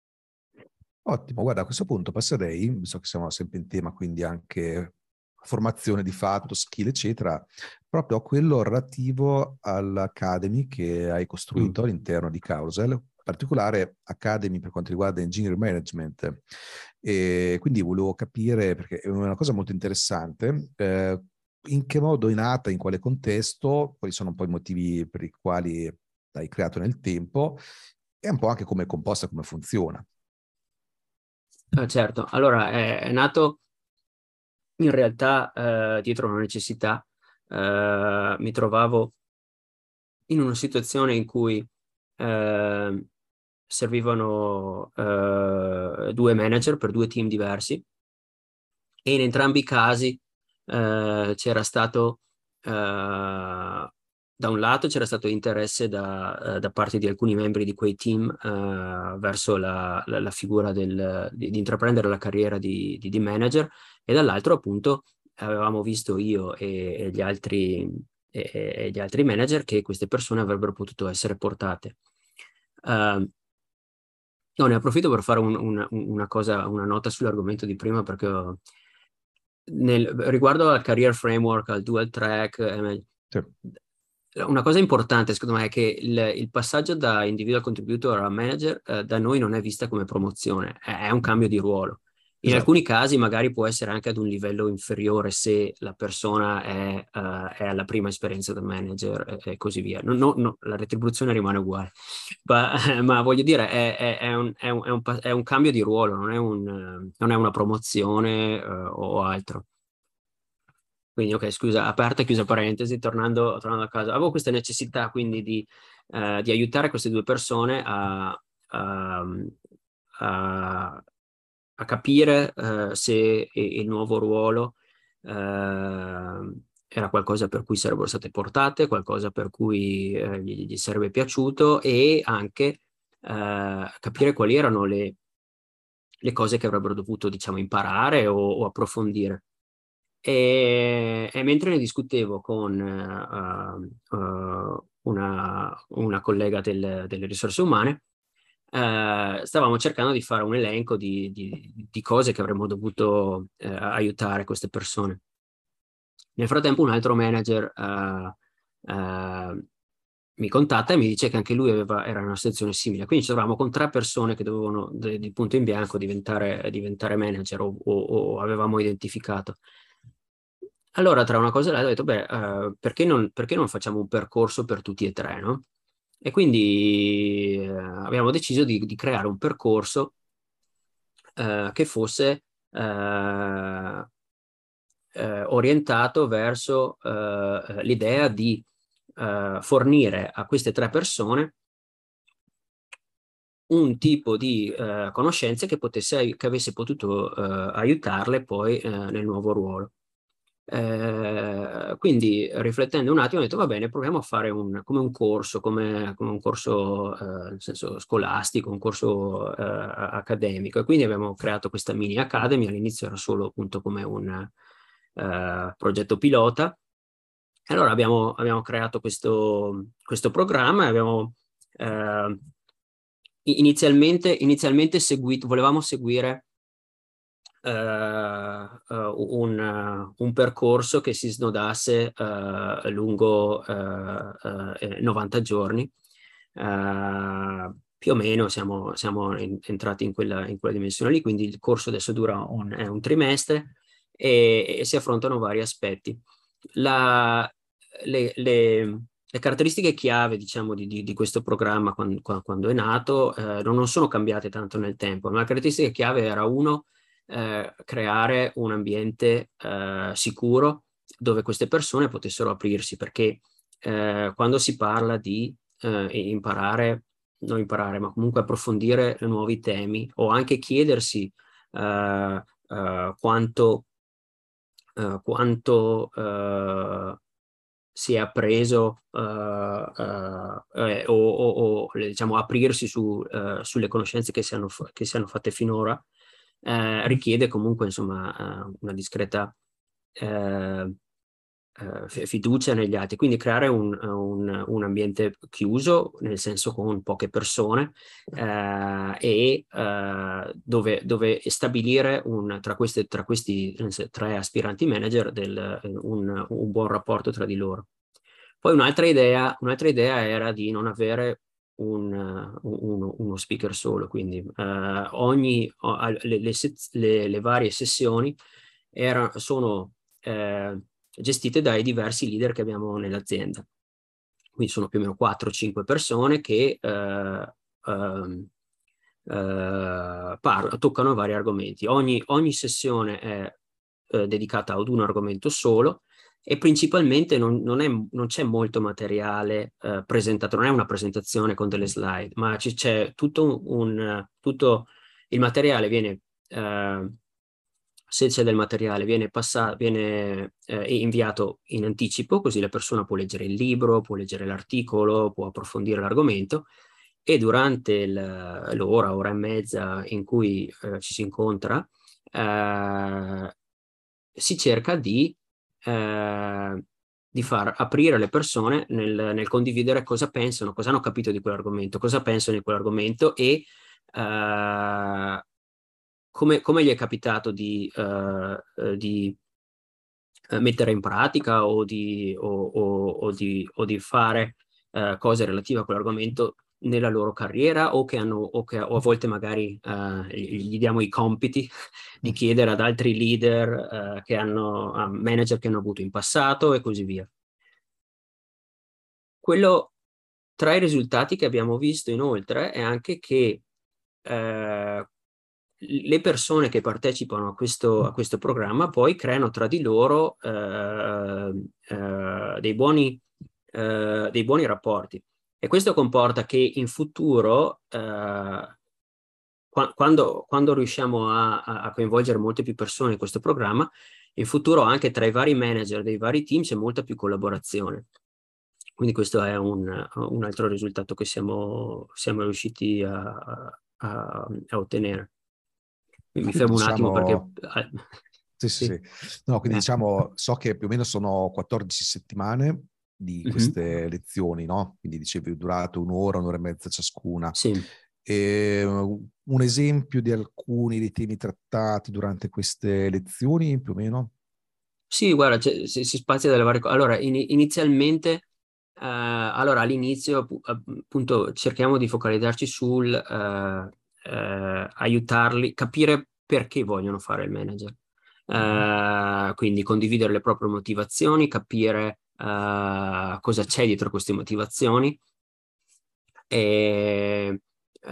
Ottimo, guarda, a questo punto passerei, visto che siamo sempre in tema, quindi anche formazione di fatto, skill, eccetera, proprio a quello relativo all'Academy che hai costruito mm. all'interno di Carousel, in particolare Academy per quanto riguarda Engineering Management. E quindi volevo capire, perché è una cosa molto interessante, eh, in che modo è nata, in quale contesto, quali sono un po' i motivi per i quali l'hai creato nel tempo e un po' anche come è composta, come funziona. Eh, certo, allora è, è nato in realtà eh, dietro una necessità. Eh, mi trovavo in una situazione in cui eh, servivano eh, due manager per due team diversi, e in entrambi i casi eh, c'era stato eh, da un lato c'era stato interesse da, eh, da parte di alcuni membri di quei team eh, verso la, la, la figura del, di, di intraprendere la carriera di, di, di manager, e dall'altro appunto avevamo visto io e, e, gli altri, e, e gli altri manager che queste persone avrebbero potuto essere portate. Uh, no, ne approfitto per fare un, una, una cosa, una nota sull'argomento di prima, perché ho, nel, riguardo al career framework, al dual track, eh, Sì. una cosa importante secondo me è che il, il passaggio da individual contributor a manager eh, da noi non è vista come promozione, è, è un cambio di ruolo. In Esatto. alcuni casi magari può essere anche ad un livello inferiore se la persona è, uh, è alla prima esperienza da manager e, e così via. No, no, no, la retribuzione rimane uguale, ma, ma voglio dire è, è, è, un, è, un, è, un, è un cambio di ruolo, non è, un, non è una promozione uh, o altro. Quindi, ok, scusa, aperta e chiusa parentesi, tornando, tornando a casa. Avevo questa necessità quindi di, eh, di aiutare queste due persone a, a, a, a capire eh, se il nuovo ruolo eh, era qualcosa per cui sarebbero state portate, qualcosa per cui eh, gli, gli sarebbe piaciuto, e anche eh, capire quali erano le, le cose che avrebbero dovuto, diciamo, imparare o, o approfondire. E, e mentre ne discutevo con uh, uh, una, una collega del, delle risorse umane, uh, stavamo cercando di fare un elenco di, di, di cose che avremmo dovuto uh, aiutare queste persone. Nel frattempo un altro manager uh, uh, mi contatta e mi dice che anche lui aveva, era in una situazione simile. Quindi ci trovavamo con tre persone che dovevano de, di punto in bianco diventare, diventare manager o, o, o avevamo identificato. Allora, tra una cosa e l'altra, ho detto, beh, uh, perché, non, perché non facciamo un percorso per tutti e tre, no? E quindi uh, abbiamo deciso di, di creare un percorso uh, che fosse uh, uh, orientato verso uh, l'idea di uh, fornire a queste tre persone un tipo di uh, conoscenze che, potesse, che avesse potuto uh, aiutarle poi uh, nel nuovo ruolo. Eh, quindi riflettendo un attimo ho detto va bene, proviamo a fare un, come un corso, come, come un corso eh, nel senso scolastico, un corso eh, accademico, e quindi abbiamo creato questa mini academy. All'inizio era solo appunto come un eh, progetto pilota, e allora abbiamo, abbiamo creato questo, questo programma e abbiamo eh, inizialmente, inizialmente seguito, volevamo seguire Uh, uh, un, uh, un percorso che si snodasse uh, lungo uh, novanta giorni. Più o meno siamo, siamo in, entrati in quella, in quella dimensione lì, quindi il corso adesso dura un, è un trimestre e, e si affrontano vari aspetti. La, le, le, le caratteristiche chiave, diciamo, di, di, di questo programma quando, quando è nato eh, non sono cambiate tanto nel tempo, ma la caratteristica chiave era uno, Eh, creare un ambiente eh, sicuro dove queste persone potessero aprirsi, perché eh, quando si parla di eh, imparare, non imparare, ma comunque approfondire nuovi temi o anche chiedersi eh, eh, quanto, eh, quanto eh, si è appreso uh, uh, eh, o, o, o diciamo aprirsi su, uh, sulle conoscenze che si hanno, che si hanno fatte finora, eh, richiede comunque insomma uh, una discreta uh, uh, fiducia negli altri, quindi creare un, un, un ambiente chiuso, nel senso con poche persone uh, e uh, dove, dove stabilire un, tra, queste, tra questi tre aspiranti manager del, un, un buon rapporto tra di loro. Poi un'altra idea, un'altra idea era di non avere un, uno, uno speaker solo, quindi uh, ogni, le, le, le, le varie sessioni era, sono eh, gestite dai diversi leader che abbiamo nell'azienda. Quindi sono più o meno quattro cinque persone che eh, eh, eh, par- toccano vari argomenti. Ogni, ogni sessione è eh, dedicata ad un argomento solo e principalmente non, non, è, non c'è molto materiale eh, presentato, non è una presentazione con delle slide, ma c- c'è tutto un... tutto il materiale viene... Eh, se c'è del materiale viene, passato, viene eh, inviato in anticipo, così la persona può leggere il libro, può leggere l'articolo, può approfondire l'argomento, e durante l'ora, ora e mezza in cui eh, ci si incontra, eh, si cerca di, eh, di far aprire le persone nel, nel condividere cosa pensano, cosa hanno capito di quell'argomento, cosa pensano di quell'argomento e eh, come, come gli è capitato di, uh, di uh, mettere in pratica o di, o, o, o di, o di fare uh, cose relative a quell'argomento nella loro carriera, o che hanno, o che o a volte magari uh, gli, gli diamo i compiti di chiedere ad altri leader uh, che hanno, a manager che hanno avuto in passato e così via. Quello, tra i risultati che abbiamo visto inoltre è anche che uh, le persone che partecipano a questo, a questo programma poi creano tra di loro eh, eh, dei, buoni, eh, dei buoni rapporti, e questo comporta che in futuro eh, qu- quando, quando riusciamo a, a coinvolgere molte più persone in questo programma, in futuro anche tra i vari manager dei vari team c'è molta più collaborazione. quindi questo è un, un altro risultato che siamo, siamo riusciti a, a- a ottenere. Mi Quindi fermo un attimo perché... diciamo, sì, sì, Sì. sì. No, quindi Eh. diciamo, so che più o meno sono quattordici settimane di Mhm. queste lezioni, no? Quindi dicevi durate un'ora, un'ora e mezza ciascuna. Sì. E un esempio di alcuni dei temi trattati durante queste lezioni, più o meno? Sì, guarda, c'è- si, si spazia dalle varie cose. Allora, in- inizialmente, eh, allora all'inizio appu- appunto cerchiamo di focalizzarci sul eh, eh, aiutarli, capire perché vogliono fare il manager. Eh, quindi condividere le proprie motivazioni, capire eh, cosa c'è dietro queste motivazioni e,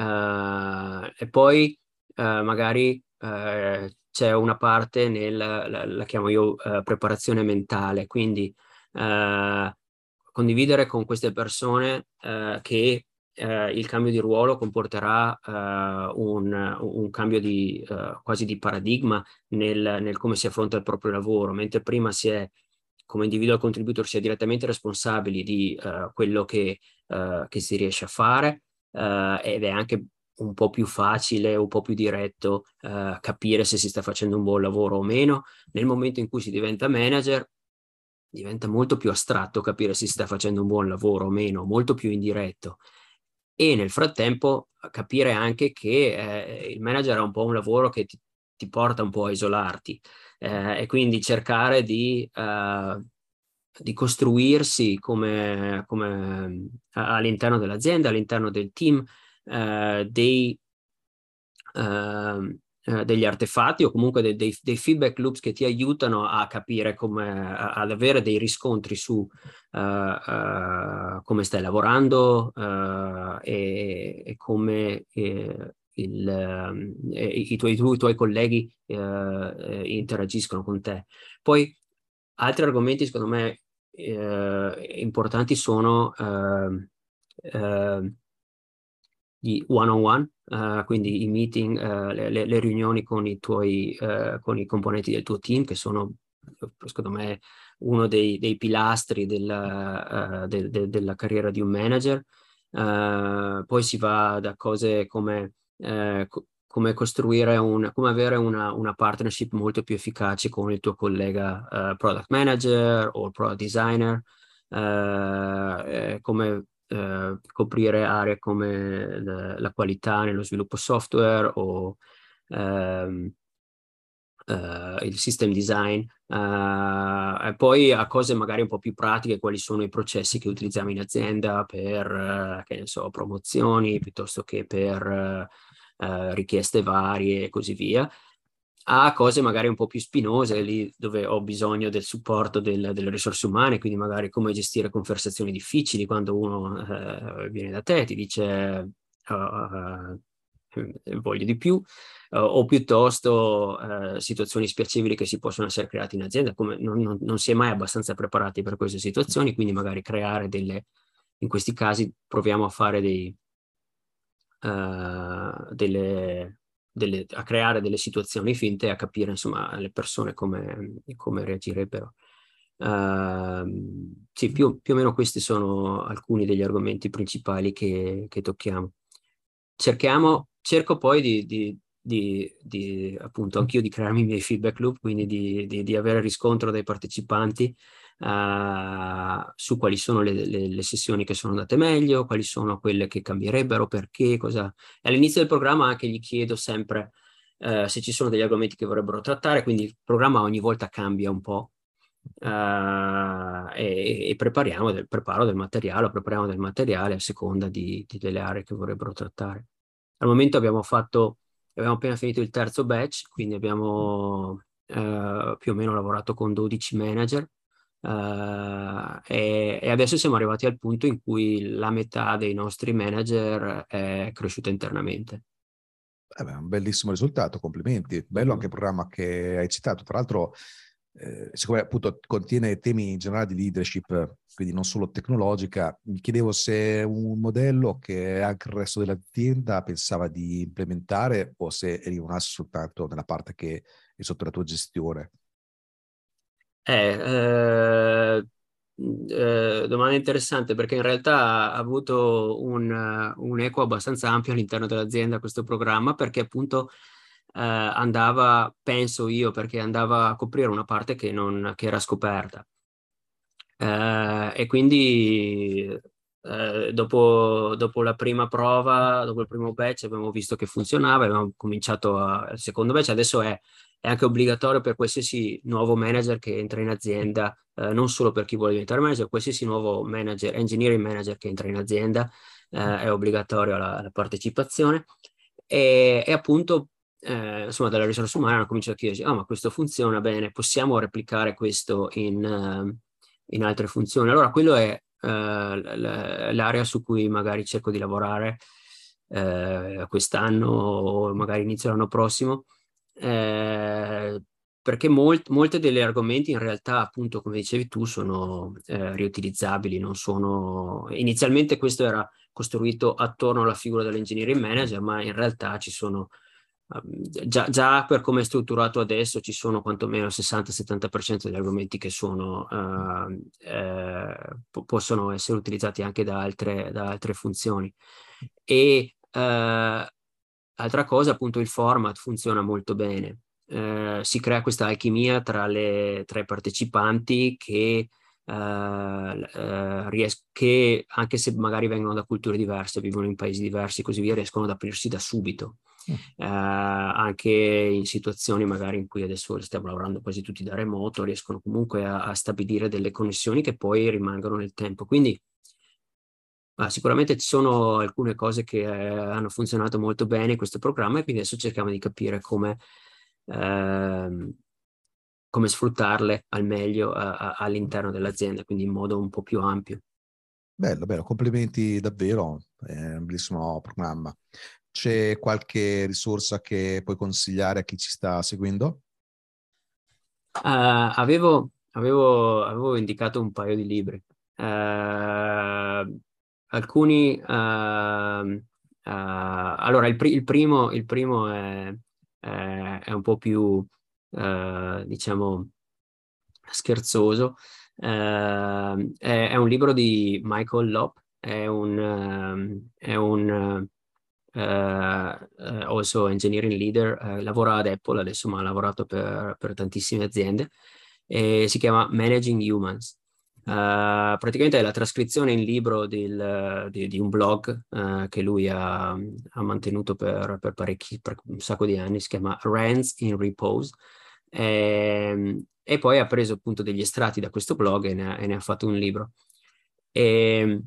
eh, e poi eh, magari eh, c'è una parte nel, la, la chiamo io eh, preparazione mentale, quindi eh, condividere con queste persone eh, che eh, il cambio di ruolo comporterà eh, un, un cambio di, eh, quasi di paradigma nel, nel come si affronta il proprio lavoro, mentre prima si è come individual contributor si è direttamente responsabili di eh, quello che, eh, che si riesce a fare eh, ed è anche un po' più facile, un po' più diretto eh, capire se si sta facendo un buon lavoro o meno. Nel momento in cui si diventa manager, diventa molto più astratto capire se si sta facendo un buon lavoro o meno, molto più indiretto. E nel frattempo capire anche che eh, il manager è un po' un lavoro che ti, ti porta un po' a isolarti eh, e quindi cercare di, eh, di costruirsi come, come all'interno dell'azienda, all'interno del team, eh, dei, eh, eh, degli artefatti o comunque dei, dei, dei feedback loops che ti aiutano a capire come, a, ad avere dei riscontri su uh, uh, come stai lavorando uh, e, e come eh, il, um, i, tuoi, i tuoi colleghi uh, interagiscono con te. Poi altri argomenti secondo me eh, importanti sono uh, uh, gli one-on-one, uh, quindi i meeting, uh, le, le, le riunioni con i tuoi, uh, con i componenti del tuo team, che sono, secondo me, uno dei, dei pilastri della, uh, de, de, della carriera di un manager. Uh, poi si va da cose come, uh, co- come costruire un, come avere una, una partnership molto più efficace con il tuo collega uh, product manager o product designer, uh, eh, come eh, coprire aree come la, la qualità nello sviluppo software o ehm, eh, il system design, eh, e poi a cose magari un po' più pratiche, quali sono i processi che utilizziamo in azienda per, eh, che ne so, promozioni piuttosto che per eh, eh, richieste varie e così via a cose magari un po' più spinose, lì dove ho bisogno del supporto del, delle risorse umane, quindi magari come gestire conversazioni difficili quando uno eh, viene da te e ti dice uh, uh, voglio di più, uh, o piuttosto uh, situazioni spiacevoli che si possono essere create in azienda, come non, non, non si è mai abbastanza preparati per queste situazioni, quindi magari creare delle, in questi casi proviamo a fare dei, uh, delle delle, a creare delle situazioni finte e a capire insomma le persone come, come reagirebbero. Uh, sì, più, più o meno questi sono alcuni degli argomenti principali che, che tocchiamo. Cerchiamo, cerco poi di, di, di, di appunto anch'io di crearmi i miei feedback loop, quindi di, di, di avere riscontro dai partecipanti uh, su quali sono le, le, le sessioni che sono andate meglio, quali sono quelle che cambierebbero, perché, cosa. E all'inizio del programma anche gli chiedo sempre uh, se ci sono degli argomenti che vorrebbero trattare, quindi il programma ogni volta cambia un po'. Uh, e, e prepariamo del, preparo del materiale, prepariamo del materiale a seconda di, di delle aree che vorrebbero trattare. Al momento abbiamo fatto, abbiamo appena finito il terzo batch, quindi abbiamo uh, più o meno lavorato con dodici manager uh, e, e adesso siamo arrivati al punto in cui la metà dei nostri manager è cresciuta internamente. Eh beh, un bellissimo risultato, complimenti. Bello anche il programma che hai citato. Tra l'altro, eh, siccome appunto contiene temi in generale di leadership, quindi non solo tecnologica, mi chiedevo se è un modello che anche il resto dell'azienda pensava di implementare o se rimanesse soltanto nella parte che è sotto la tua gestione. Eh, eh, eh, domanda interessante, perché in realtà ha avuto un, un eco abbastanza ampio all'interno dell'azienda questo programma, perché appunto eh, andava, penso io, perché andava a coprire una parte che, non, che era scoperta. Eh, e quindi eh, dopo, dopo la prima prova, dopo il primo batch, abbiamo visto che funzionava, abbiamo cominciato a- al secondo batch. Adesso è, è anche obbligatorio per qualsiasi nuovo manager che entra in azienda, eh, non solo per chi vuole diventare manager, qualsiasi nuovo manager, engineering manager che entra in azienda, eh, è obbligatorio la, la partecipazione. E, e appunto, eh, insomma, dalla risorsa umana hanno cominciato a chiedersi: ah, ma questo funziona bene, possiamo replicare questo in, eh, in altre funzioni? Allora, quello è eh, l- l'area su cui magari cerco di lavorare eh, quest'anno o magari inizio l'anno prossimo, eh, perché molt- molte degli argomenti in realtà, appunto, come dicevi tu, sono eh, riutilizzabili, non sono... Inizialmente questo era costruito attorno alla figura dell'engineering manager, ma in realtà ci sono, um, già, già per come è strutturato adesso, ci sono quantomeno il sessanta settanta per cento degli argomenti che sono, uh, eh, po- possono essere utilizzati anche da altre, da altre funzioni. E uh, altra cosa, appunto, il format funziona molto bene. Eh, si crea questa alchimia tra, le, tra i partecipanti che eh, eh, ries- che anche se magari vengono da culture diverse, vivono in paesi diversi e così via, riescono ad aprirsi da subito. Eh, anche in situazioni magari in cui adesso stiamo lavorando quasi tutti da remoto, riescono comunque a, a stabilire delle connessioni che poi rimangono nel tempo. Quindi ah, sicuramente ci sono alcune cose che eh, hanno funzionato molto bene in questo programma, e quindi adesso cerchiamo di capire come, ehm, come sfruttarle al meglio a- a- all'interno dell'azienda, quindi in modo un po' più ampio. Bello, bello, complimenti davvero, è un bellissimo programma. C'è qualche risorsa che puoi consigliare a chi ci sta seguendo? Eh, avevo, avevo, avevo indicato un paio di libri. Eh, alcuni, ehm, eh, allora il, pri- il primo, il primo è, è- è un po' più, eh, diciamo, scherzoso. Eh, è, è un libro di Michael Lopp, è un, ehm, è un eh, eh, also engineering leader, eh, lavora ad Apple adesso, ma ha lavorato per, per tantissime aziende, e si chiama Managing Humans. Uh, praticamente è la trascrizione in libro del- di, di un blog uh, che lui ha, ha mantenuto per, per parecchi, per un sacco di anni, si chiama Rands in Repose. Ehm, e poi ha preso appunto degli estratti da questo blog e ne ha, e ne ha fatto un libro. E,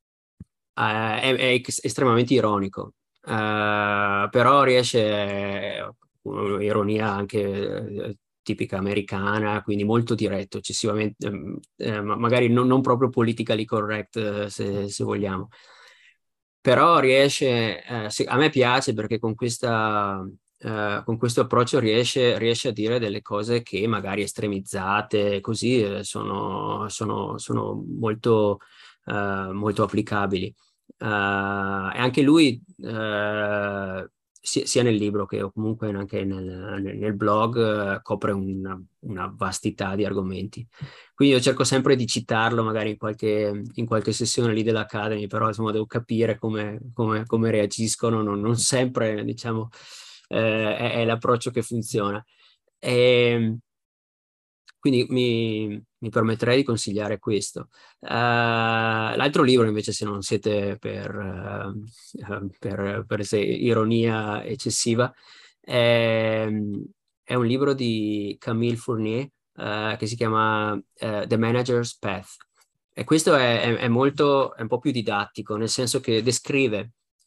eh, è, è ex- estremamente ironico, eh, però riesce, eh, ironia anche eh, tipica americana, quindi molto diretto, eccessivamente, ehm, eh, ma- magari non, non proprio politically correct, eh, se, se vogliamo. Però riesce, eh, se- a me piace perché con questa, eh, con questo approccio riesce, riesce a dire delle cose che magari estremizzate, così eh, sono, sono, sono molto, eh, molto applicabili. Eh, e anche lui, eh, si- sia nel libro che o comunque anche nel, nel- nel blog, eh, copre una, una vastità di argomenti. Quindi io cerco sempre di citarlo magari in qualche, in qualche sessione lì dell'Academy, però insomma devo capire come, come- come reagiscono, non, non sempre, diciamo, eh, è, è l'approccio che funziona. E, quindi mi, mi permetterei di consigliare questo. Eh, l'altro libro, invece, se non siete per, eh, per, per se- ironia eccessiva, è, è un libro di Camille Fournier, eh, che si chiama eh, The Manager's Path. E questo è, è- è molto, è un po' più didattico, nel senso che descrive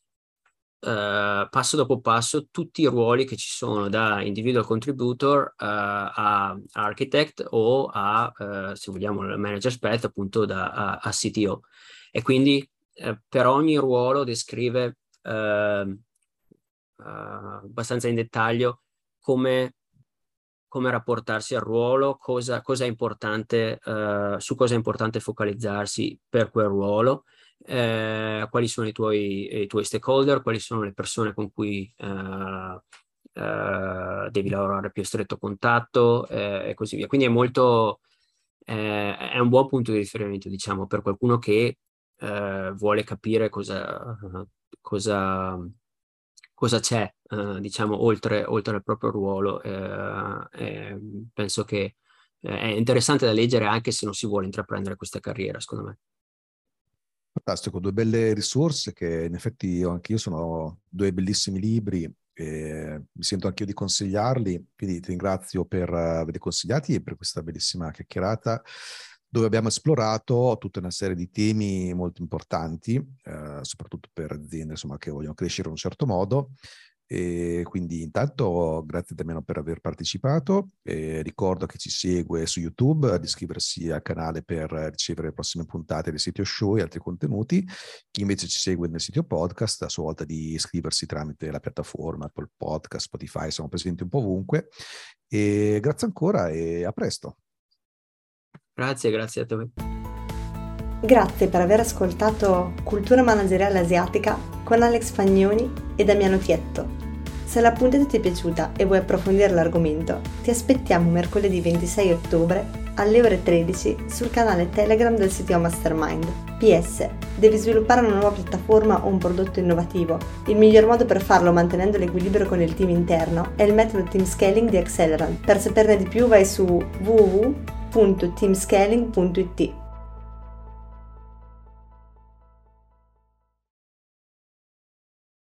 eh, passo dopo passo tutti i ruoli che ci sono, da individual contributor eh, a architect o a, eh, se vogliamo, il manager's path, appunto da, a, a C T O. E quindi eh, per ogni ruolo descrive eh, eh, abbastanza in dettaglio come, come rapportarsi al ruolo, cosa, cosa è importante, eh, su cosa è importante focalizzarsi per quel ruolo, eh, quali sono i tuoi, i tuoi stakeholder, quali sono le persone con cui eh, eh, devi lavorare a più stretto contatto, eh, e così via. Quindi è molto, è, è un buon punto di riferimento, diciamo, per qualcuno che eh, vuole capire cosa, cosa, cosa c'è, eh, diciamo, oltre, oltre al proprio ruolo. Eh, eh, penso che eh, è interessante da leggere anche se non si vuole intraprendere questa carriera, secondo me. Fantastico, due belle risorse che in effetti anche io sono due bellissimi libri. E mi sento anch'io di consigliarli, quindi ti ringrazio per averli consigliati e per questa bellissima chiacchierata dove abbiamo esplorato tutta una serie di temi molto importanti, eh, soprattutto per aziende insomma, che vogliono crescere in un certo modo. E quindi intanto grazie Damiano per aver partecipato, e ricordo che ci segue su YouTube di iscriversi al canale per ricevere le prossime puntate del sito show e altri contenuti. Chi invece ci segue nel sito podcast a sua volta di iscriversi tramite la piattaforma Apple Podcast, Spotify, siamo presenti un po' ovunque. E grazie ancora e a presto. Grazie, grazie a te. Grazie per aver ascoltato Cultura Manageriale Asiatica con Alex Fagnoni e Damiano Tietto. Se la puntata ti è piaciuta e vuoi approfondire l'argomento, ti aspettiamo mercoledì ventisei ottobre alle ore tredici sul canale Telegram del sito Mastermind. P S. Devi sviluppare una nuova piattaforma o un prodotto innovativo? Il miglior modo per farlo mantenendo l'equilibrio con il team interno è il metodo Team Scaling di Accelerant. Per saperne di più vai su w w w punto team scaling punto i t.